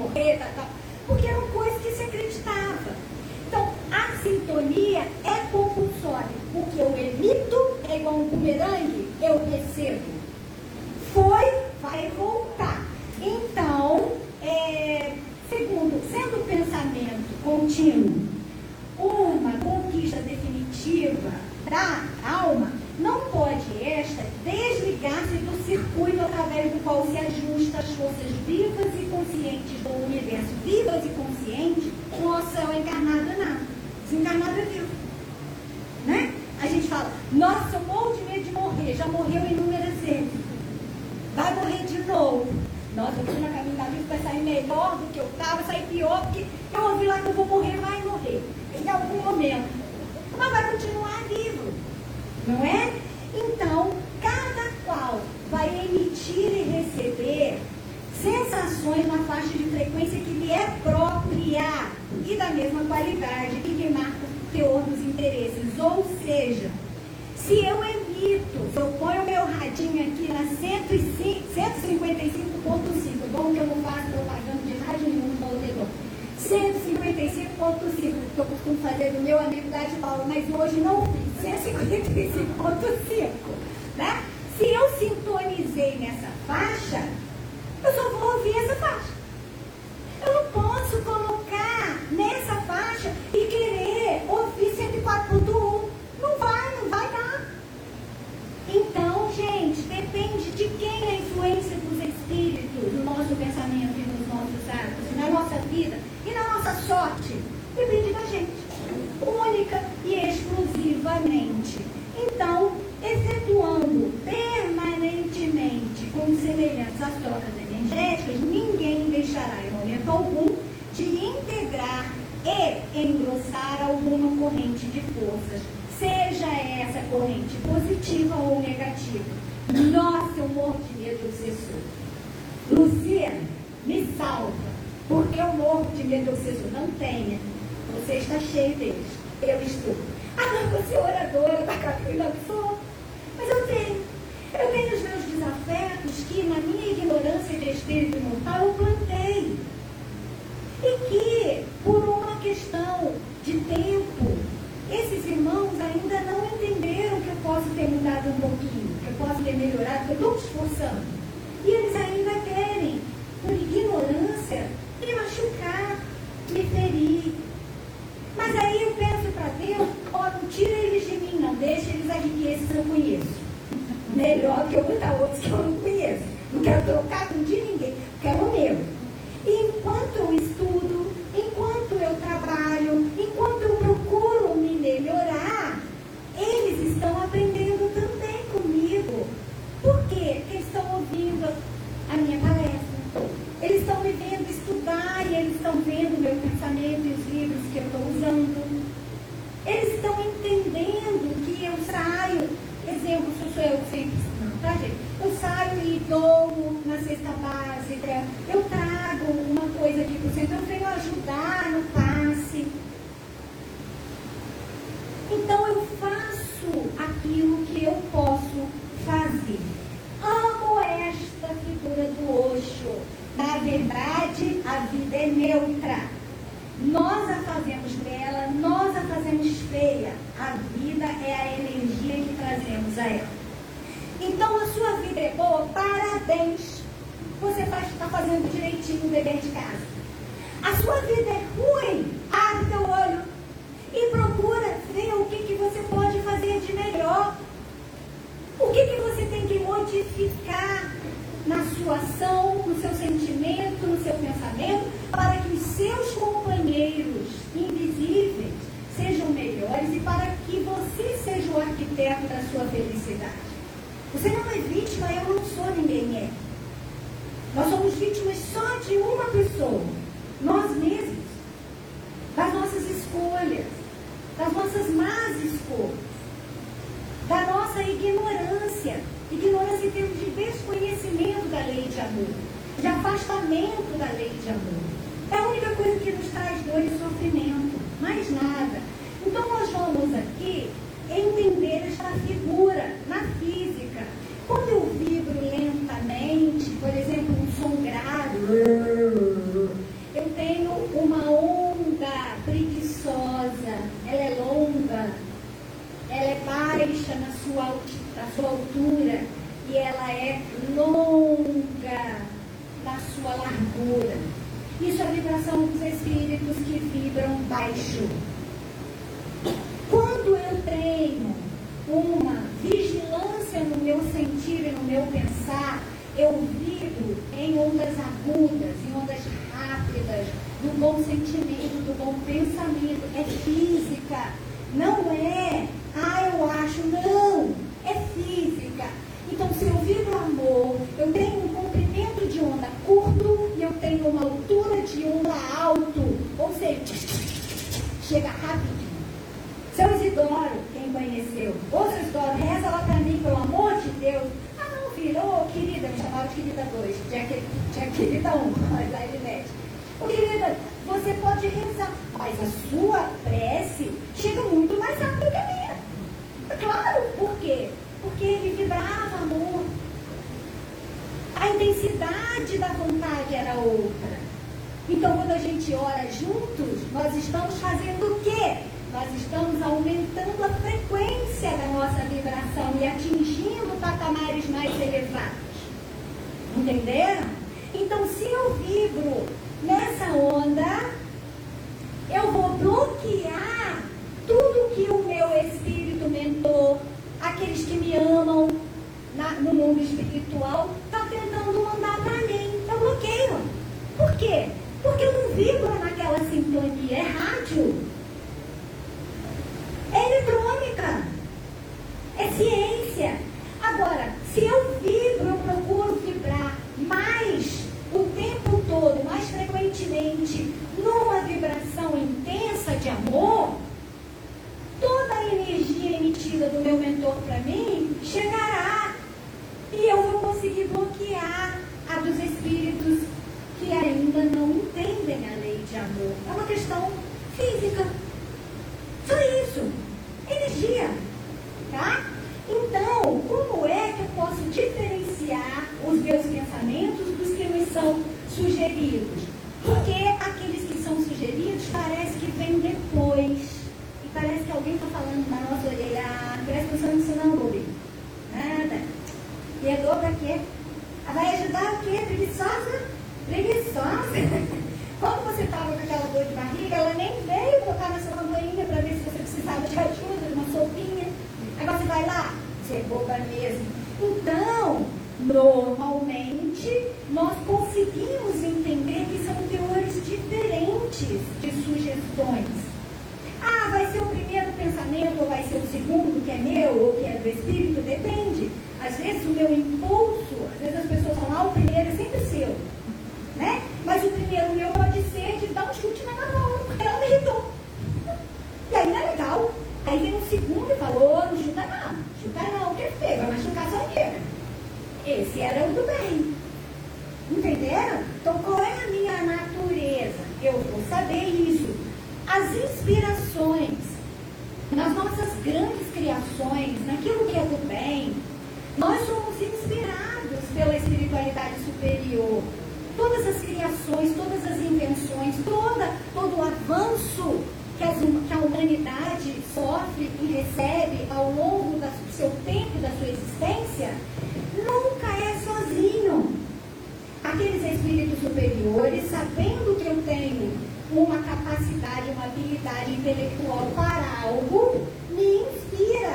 morrer, tal, porque eram coisas que se acreditava. Então, a sintonia é compulsória. O que eu emito é igual um bumerangue, eu recebo. Foi, vai voltar. Então, segundo, sendo o pensamento contínuo uma conquista definitiva da alma, não pode esta desligar-se do circuito através do qual se ajusta as forças vivas e conscientes do universo. Vivas e conscientes não são encarnadas nada. Desencarnado é vivo. Né? A gente fala, nossa, eu morro de medo de morrer, já morreu inúmeras vezes. Vai morrer de novo. Nossa, eu fui na caminho da vida, vai sair melhor do que eu estava, sair pior, porque eu ouvi lá que eu vou morrer, vai morrer. Em algum momento. Mas vai continuar vivo. Não é? Então, cada qual vai emitir e receber sensações na faixa de frequência que lhe é própria e da mesma qualidade que lhe marca o teor dos interesses. Ou seja, se eu emito, se eu ponho o meu radinho aqui na 155.5, bom que eu não faço propaganda de rádio nenhum no Moldedor, 155.5, que eu costumo fazer do meu amigo da de Paula, mas hoje não fiz, 155.5, né? Se eu sintonizei nessa faixa, eu só vou ouvir essa faixa. Eu não posso colocar nessa faixa e querer ouvir 104.1. Não vai dar. Então, gente, depende de quem é a influência dos espíritos no nosso pensamento e nos nossos atos, na nossa vida e na nossa sorte. Depende da gente, única e exclusivamente. Então, efetuando permanentemente com semelhantes às trocas energéticas, ninguém deixará em momento algum de integrar e engrossar alguma corrente de forças, seja essa corrente positiva ou negativa. Nossa, eu morro de medo do obsessor. Luciana, me salva, porque eu morro de medo do obsessor. Não tenha, você está cheio deles. Eu estou. Ah, não, você é oradora, está caminhando, não sou. Mas eu tenho. Eu tenho os meus desafetos que, na minha ignorância de espírito imortal, eu plantei. E que, por uma questão de tempo, esses irmãos ainda não entenderam que eu posso ter mudado um pouquinho, que eu posso ter melhorado, que eu estou me esforçando. E eles ainda querem, por ignorância, me machucar, me ferir. Mas aí eu peço para Deus, não tira eles de mim, não, deixa eles aqui, que esses eu conheço. Melhor que eu botar outros que eu não conheço. Não quero trocar com de ninguém, quero o meu. E enquanto eu estudo, enquanto eu trabalho, enquanto eu procuro me melhorar, eles estão aprendendo também comigo. Por quê? Porque eles estão ouvindo a minha palestra. Eles estão me vendo estudar e eles estão vendo o meu pensamento e os livros que eu estou usando. Eles estão entendendo que eu saio, exemplo, sou eu sempre, tá, gente? Eu saio e dou na cesta básica, eu trago uma coisa aqui para o centro, eu venho ajudar no passe. Então eu faço aquilo que eu posso fazer. Amo esta figura do Osho. Na verdade, a vida é neutra. Nós a fazemos bela, nós a fazemos feia. A vida é a energia que trazemos a ela. Então, a sua vida é boa, parabéns. Você está fazendo direitinho o dever de casa. A sua vida é ruim, abre teu olho e procura ver o que você pode fazer de melhor. O que você tem que modificar na sua ação, no seu sentimento, no seu pensamento, para que os seus companheiros invisíveis sejam melhores e para que você seja o arquiteto da sua felicidade. Você não é vítima, eu não sou, ninguém é. Nós somos vítimas só de uma pessoa, nós mesmos, das nossas escolhas, das nossas más escolhas, da nossa ignorância em termos de desconhecimento da lei de amor, de afastamento da lei de amor. É a única coisa que nos traz dor e sofrimento, mais nada. Então nós vamos aqui entender esta figura na física. Quando eu vibro lentamente, por exemplo, um som grave, altura e ela é longa na sua largura. Isso é a vibração dos espíritos que vibram baixo. Quando eu tenho uma vigilância no meu sentir e no meu pensar, eu vibro em ondas agudas, em ondas rápidas, do bom sentimento, do bom pensamento. É física, não é, eu acho, não, é física. Então, se eu vibro amor, eu tenho um comprimento de onda curto e eu tenho uma altura de onda alto, ou seja, chega rapidinho. Seu Isidoro, quem conheceu, ô seu Isidoro, reza lá pra mim, pelo amor de Deus. Não, filho, querida, me chamaram de querida 2, tinha querida 1, mas a Elinete. Querida, você pode rezar, mas a sua prece chega muito mais rápido que a minha. Claro, por quê? Porque ele vibrava amor. A intensidade da vontade era outra. Então, quando a gente ora juntos, nós estamos fazendo o quê? Nós estamos aumentando a frequência da nossa vibração e atingindo patamares mais elevados. Entenderam? Então, se eu vibro nessa onda, eu vou bloquear tudo que o meu espírito mentor, aqueles que me amam no mundo espiritual, está tentando mandar para mim. Eu bloqueio. Por quê? Porque eu não vibro naquela sintonia. É rádio. É eletrônica. É ciência. Agora, se eu vibro, eu procuro vibrar mais o tempo todo, mais frequentemente, numa vibração intensa de amor, toda a energia emitida do meu mentor para mim chegará e eu vou conseguir bloquear a dos espíritos que ainda não entendem a lei de amor. É uma questão física. Só isso. Energia. Tá? Então, como é que eu posso diferenciar os meus pensamentos dos que me são sugeridos? Porque aqueles que são sugeridos parece que vêm depois. E parece que alguém está falando na nossa orelha, presta atenção nisso não, Bobi. Nada. Pegou para quê? Vai ajudar o quê? Preguiçosa? Preguiçosa? Quando você estava com aquela dor de barriga, ela nem veio tocar na sua campainha para ver se você precisava de ajuda, uma sopinha. Agora você vai lá, você é boba mesmo. Então, normalmente, nós conseguimos entender que são teores diferentes de sugestões. Vai ser o primeiro pensamento ou vai ser o segundo, que é meu ou que é do espírito? Depende. Às vezes o meu impulso, às vezes as pessoas falam, o primeiro é sempre seu. Né? Mas o primeiro meu pode ser de dar um chute na mão, porque ela me irritou. E aí não é legal. Aí vem um segundo e falou, não chuta não, que é feio, vai machucar sua amiga. Esse era o do bem. Entenderam? Então qual é a minha natureza? Eu vou saber isso. As inspirações, nas nossas grandes criações, naquilo que é do bem, nós somos inspirados pela espiritualidade superior. Todas as criações, todas as invenções, todo o avanço que a humanidade sofre e recebe ao longo do seu tempo, da sua existência, nunca é sozinho. Aqueles espíritos superiores, sabendo que eu tenho uma capacidade, uma habilidade intelectual para algo, me inspira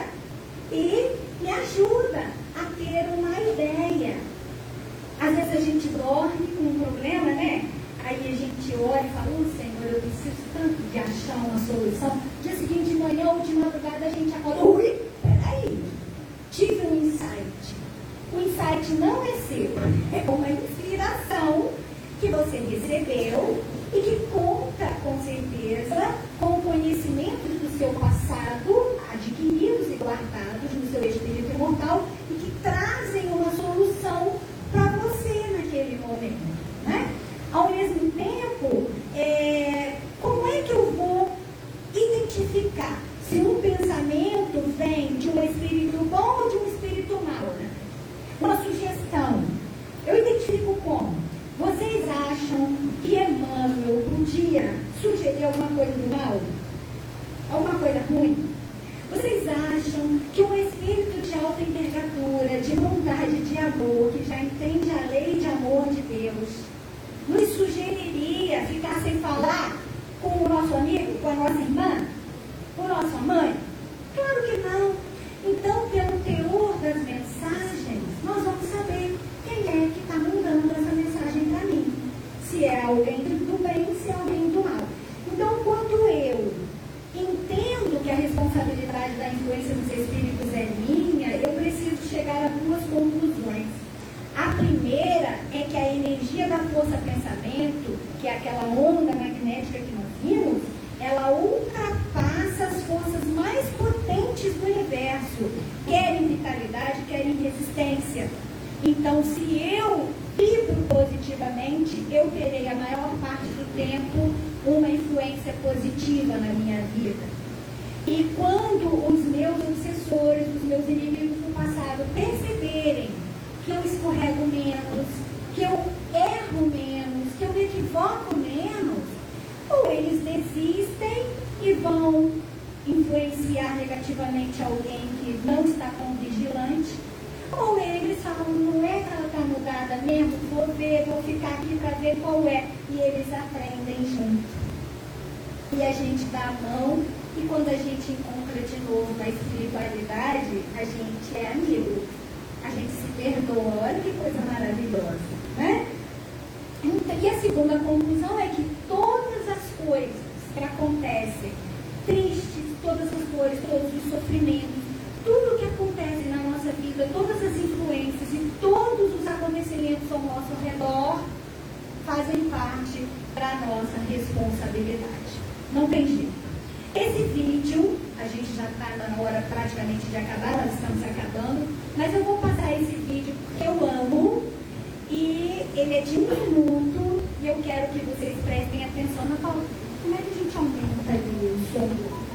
e me ajuda a ter uma ideia. Às vezes a gente dorme com um problema, né? Aí a gente ora e fala, Senhor, eu preciso tanto de achar uma solução. Dia seguinte, de manhã ou de madrugada, a gente acorda, peraí, tive um insight. O insight não é seu, é uma inspiração que você recebeu e que conta, com certeza, com conhecimentos do seu passado, adquiridos e guardados no seu espírito imortal, e que trazem uma solução para você naquele momento. Né? Ao mesmo tempo, como é que eu vou identificar se um pensamento vem de um espírito bom ou de um espírito mau? Né? Uma sugestão. Eu identifico como? Vocês acham que Emmanuel podia sugerir alguma coisa do mal? Alguma coisa ruim? Vocês acham que um espírito de alta envergadura, atende à lei de amor de Deus, nos sugeriria ficar sem falar com o nosso amigo, com a nossa irmã, com a nossa mãe? Claro que não. Então, pelo teor das mensagens, nós vamos saber quem é que está mandando essa mensagem para mim. Se é alguém do bem, se é alguém do mal. Então, quando eu entendo que a responsabilidade da influência dos espíritos é minha, eu preciso chegar a duas conclusões. A primeira é que a energia da força-pensamento, que é aquela onda magnética que nós vimos, ela ultrapassa as forças mais potentes do universo, quer em vitalidade, quer em resistência. Então, se eu vibro positivamente, eu terei a maior parte do tempo uma influência positiva na minha vida. E quando os meus obsessores, os meus inimigos do passado perceberem que eu escorrego menos, que eu erro menos, que eu me equivoco menos, ou eles desistem e vão influenciar negativamente alguém que não está tão vigilante, ou eles falam, não é que ela está mudada mesmo, vou ver, vou ficar aqui para ver qual é, e eles aprendem junto. E a gente dá a mão, e quando a gente encontra de novo na espiritualidade, a gente é amigo, a gente se perdoa, olha que coisa maravilhosa, né? E a segunda conclusão é que todas as coisas que acontecem, tristes, todas as dores, todos os sofrimentos, tudo que acontece na nossa vida, todas as influências e todos os acontecimentos ao nosso redor fazem parte da nossa responsabilidade. Não tem jeito. Esse vídeo, a gente já está na hora praticamente de acabar, nós estamos acabando, mas eu vou passar esse vídeo porque eu amo e ele é de 1 minuto e eu quero que vocês prestem atenção na palavra. Como é que a gente aumenta ali o som do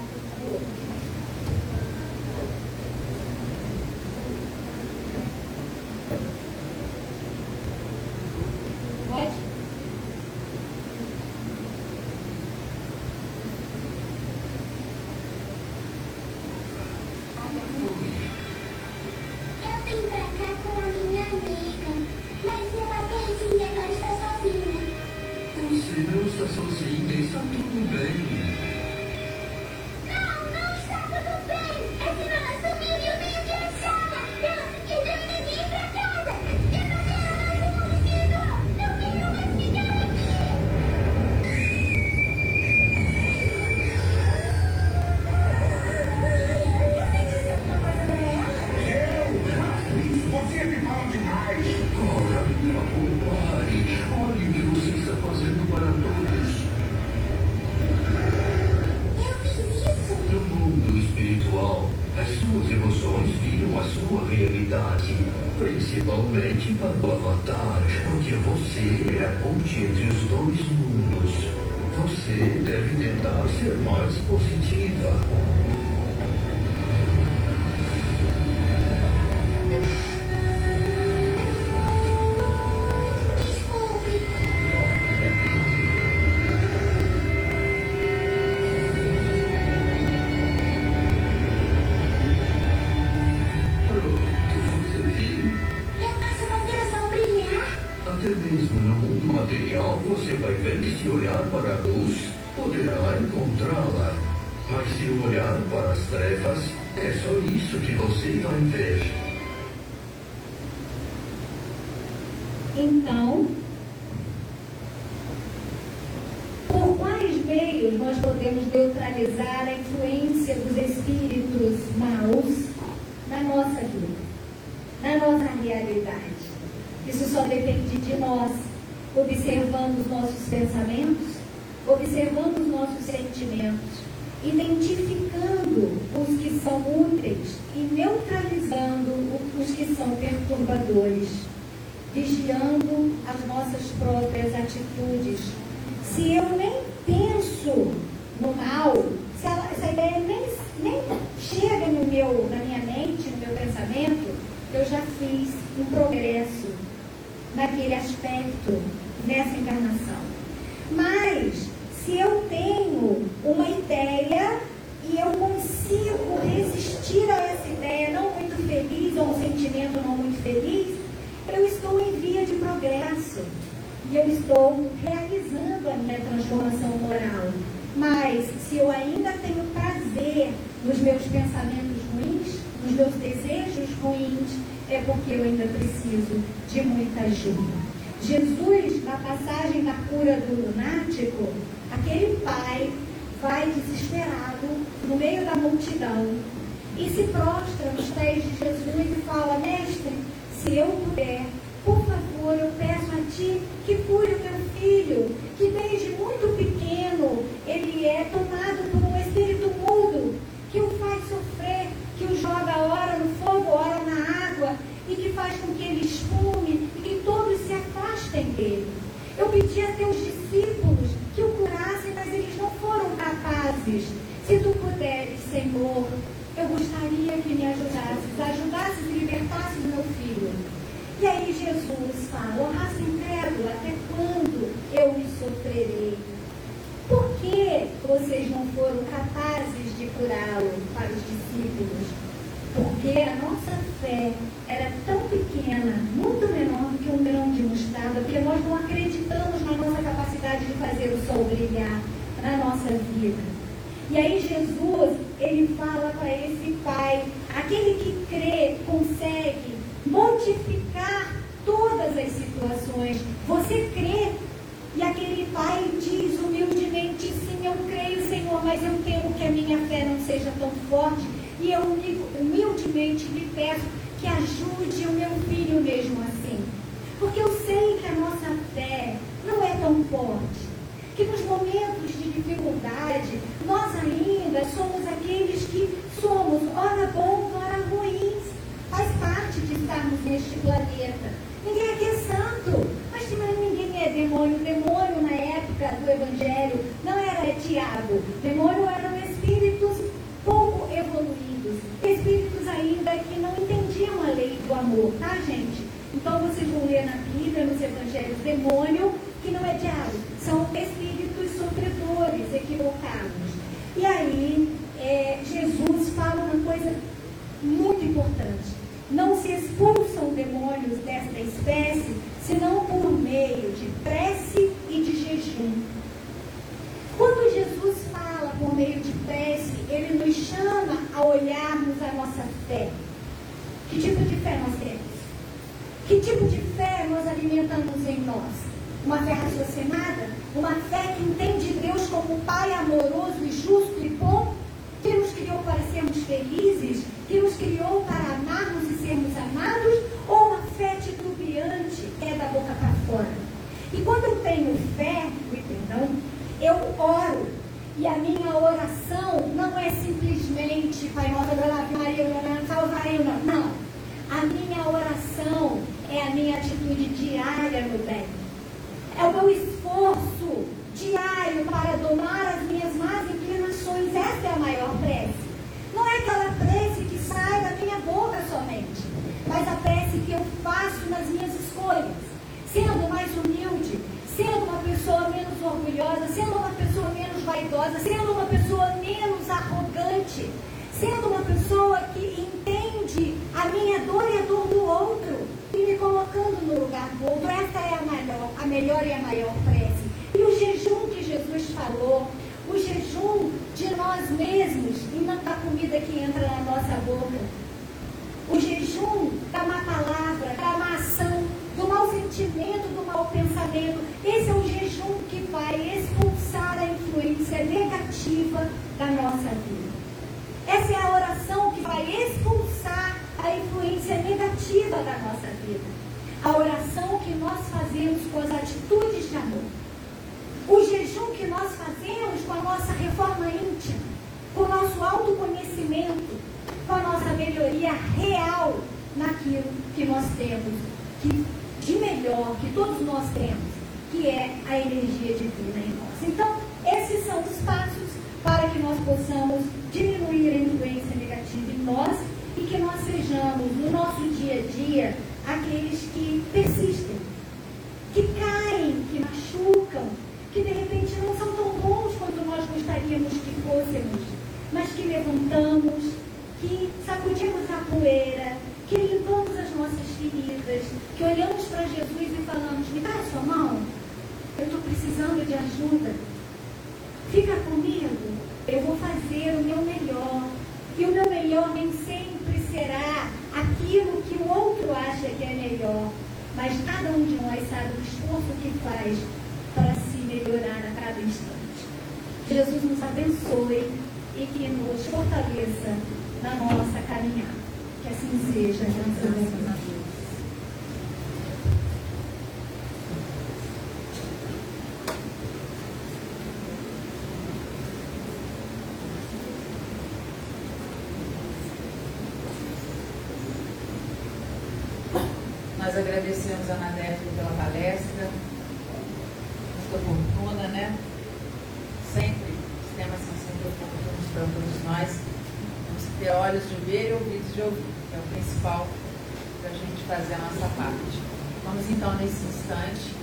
principalmente para o Avatar, porque você é a ponte entre os dois mundos. Você deve tentar ser mais positiva. Você vai ver que se olhar para a luz, poderá encontrá-la. Mas se olhar para as trevas, é só isso que você vai ver. Então, por quais meios nós podemos neutralizar a influência dos espíritos maus na nossa vida, na nossa realidade? Isso só depende de nós. Observando os nossos pensamentos, observando os nossos sentimentos, identificando os que são úteis e neutralizando os que são perturbadores, vigiando as nossas próprias atitudes. Se eu nem penso no mal, se essa ideia nem chega na minha mente, no meu pensamento, eu já fiz um progresso naquele aspecto, nessa encarnação. Mas, se eu tenho uma ideia e eu consigo resistir a essa ideia não muito feliz, ou um sentimento não muito feliz, eu estou em estou realizando a minha transformação moral. Mas se eu ainda tenho prazer nos meus pensamentos ruins, nos meus desejos ruins, é porque eu ainda preciso de muita ajuda. Jesus, na passagem da cura do lunático, aquele pai vai desesperado no meio da multidão e se prostra nos pés de Jesus e fala: mestre, se eu puder, por favor, eu peço a ti que cure o meu filho, que desde muito pequeno ele é tomado por um espírito mudo, que o faz sofrer, que o joga ora no fogo, ora na água, e que faz com que ele espume e que todos se afastem dele. Eu pedi a teus discípulos que o curassem, mas eles não foram capazes. Se tu puderes, Senhor, eu gostaria que me ajudasses e libertasses o meu filho. E aí Jesus fala: ó raça incrédula, até quando eu me sofrerei? Por que vocês não foram capazes de curá-lo? Para os discípulos. Porque a nossa fé era tão pequena, muito menor do que um grão de mostarda, porque nós não acreditamos na nossa capacidade de fazer o sol brilhar na nossa vida. E aí Jesus, ele fala para esse pai: aquele que crê consegue modificar todas as situações. Você crê? E aquele pai diz humildemente: sim, eu creio, Senhor, mas eu temo que a minha fé não seja tão forte, e eu humildemente lhe peço que ajude o meu filho mesmo assim. Porque eu sei que a nossa fé não é tão forte, que nos momentos de dificuldade, nós ainda somos aqueles que somos ora bons, ora ruins. Faz parte de estarmos neste planeta. Ninguém aqui é santo, mas ninguém é demônio. Demônio, na época do Evangelho, não era diabo. Demônio eram espíritos pouco evoluídos, espíritos ainda que não entendiam a lei do amor, tá, gente? Então vocês vão ler na Bíblia, nos Evangelhos, demônio, que não é diabo, são espíritos sofredores, equivocados. E aí, Jesus fala uma coisa muito importante: não se expulsam demônios desta espécie, senão por meio de prece e de jejum. Quando Jesus fala por meio de prece, ele nos chama a olharmos a nossa fé. Que tipo de fé nós temos? Que tipo de fé nós alimentamos em nós? Uma fé raciocinada? Uma fé que entende Deus como Pai amoroso e justo e bom, que nos criou para sermos felizes, que nos criou para amarmos e sermos amados? Ou uma fé titubeante, que é da boca para fora? E quando eu tenho fé, eu oro, e a minha oração não é simplesmente Pai Nosso, Ave Maria, não. A minha oração é a minha atitude diária no bem. É o meu esforço diário para domar as minhas más inclinações. Essa é a maior prece. Não é aquela prece que sai da minha boca somente, mas a prece que eu faço nas minhas escolhas, sendo mais humilde, sendo uma pessoa menos orgulhosa, sendo uma pessoa menos vaidosa, sendo uma pessoa menos arrogante, sendo uma pessoa que entende a minha dor e a dor do outro, e me colocando no lugar do outro. Essa é a melhor e a maior prece. E o jejum que Jesus falou, o jejum de nós mesmos e não da comida que entra na nossa boca, o jejum da má palavra, da má ação, do mau sentimento, do mau pensamento. Esse é o jejum que vai expulsar a influência negativa da nossa vida. Essa é a oração que vai expulsar a influência negativa da nossa vida. A oração que nós fazemos com as atitudes de amor. O jejum que nós fazemos com a nossa reforma íntima, com o nosso autoconhecimento, com a nossa melhoria real naquilo que nós temos, que de melhor que todos nós temos, que é a energia divina em nós. Então, esses são os passos para que nós possamos diminuir a influência negativa em nós e que nós sejamos, no nosso dia a dia, aqueles que persistem, que caem, que machucam, que de repente não são tão bons quanto nós gostaríamos que fôssemos, mas que levantamos, que sacudimos a poeira, que limpamos as nossas feridas, que olhamos para Jesus e falamos: me dá a sua mão, eu estou precisando de ajuda. Fica comigo, eu vou fazer o meu melhor. E o meu melhor nem sempre será aquilo que o outro acha que é melhor. Mas cada um de nós sabe o esforço que faz para se melhorar a cada instante. Jesus nos abençoe e que nos fortaleça na nossa caminhada. Que assim seja, graças a Deus. Nós agradecemos a Ana Débora pela palestra, muito oportuna, né? Sempre, os temas são sempre oportunos para todos nós. Temos que ter olhos de ver e ouvidos de ouvir, que é o principal para a gente fazer a nossa parte. Vamos então, nesse instante,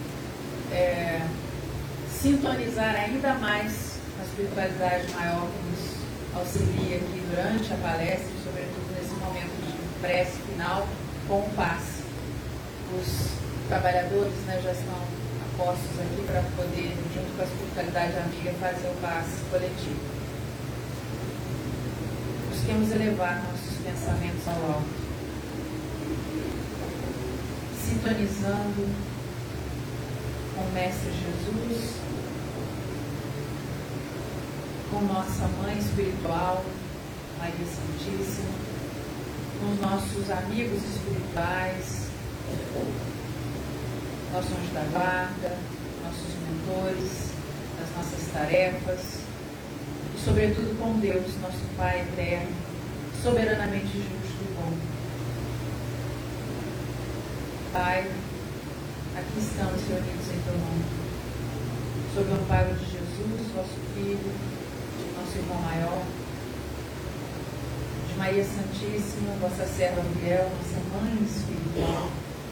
sintonizar ainda mais a espiritualidade maior que nos auxilia aqui durante a palestra e, sobretudo, nesse momento de prece final, com o passe. Os trabalhadores, né, já estão apostos aqui para poder, junto com a espiritualidade amiga, fazer o passe coletivo. Busquemos elevar nossos pensamentos ao alto, sintonizando com o Mestre Jesus, com nossa Mãe Espiritual, Maria Santíssima, com os nossos amigos espirituais, nosso anjo da guarda, nossos mentores, as nossas tarefas e, sobretudo, com Deus, nosso Pai eterno, soberanamente justo e bom. Pai, aqui estamos reunidos em Teu nome, sob o amparo de Jesus, vosso Filho, nosso irmão maior, de Maria Santíssima, vossa serva fiel, nossa Mãe Espiritual,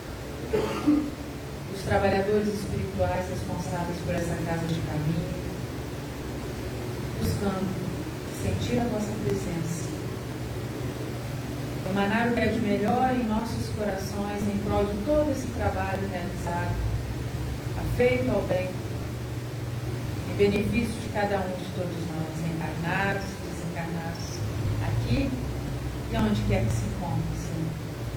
os trabalhadores espirituais responsáveis por essa casa de caminho, buscando sentir a vossa presença, emanar o que é de melhor em nossos corações em prol de todo esse trabalho realizado, afeito ao bem, em benefício de cada um de todos nós, encarnados e desencarnados, aqui e onde quer que se encontre, Senhor.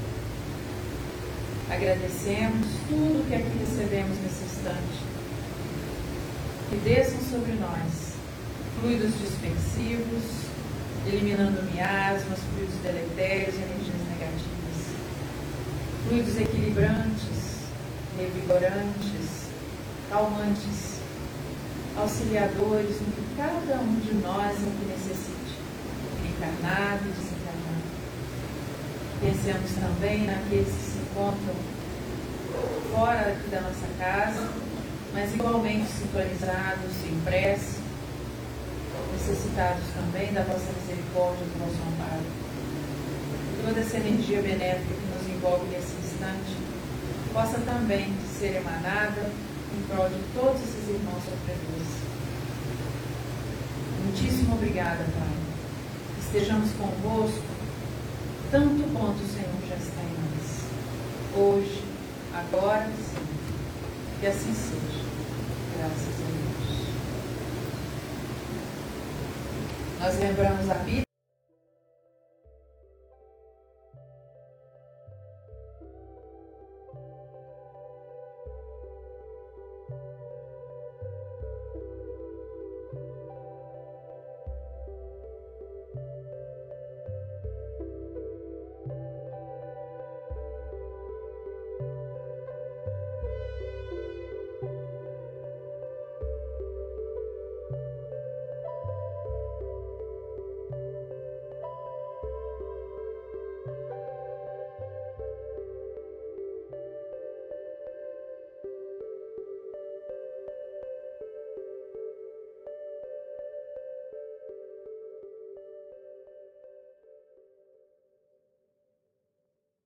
Agradecemos tudo que aqui recebemos nesse instante. Que desçam sobre nós fluidos dispensivos, eliminando miasmas, fluidos deletérios e energias negativas. Fluidos equilibrantes, revigorantes, calmantes, auxiliadores no que cada um de nós é que necessite, encarnado e desencarnado. Pensemos também naqueles que se encontram fora aqui da nossa casa, mas igualmente sintonizados, em prece, necessitados também da vossa misericórdia, do vosso amparo. Toda essa energia benéfica que nos envolve nesse instante possa também ser emanada em prol de todos esses irmãos sofredores. Muitíssimo obrigada, Pai. Estejamos convosco, tanto quanto o Senhor já está em nós. Hoje, agora e sempre. Que assim seja. Graças a Deus. Nós lembramos a vida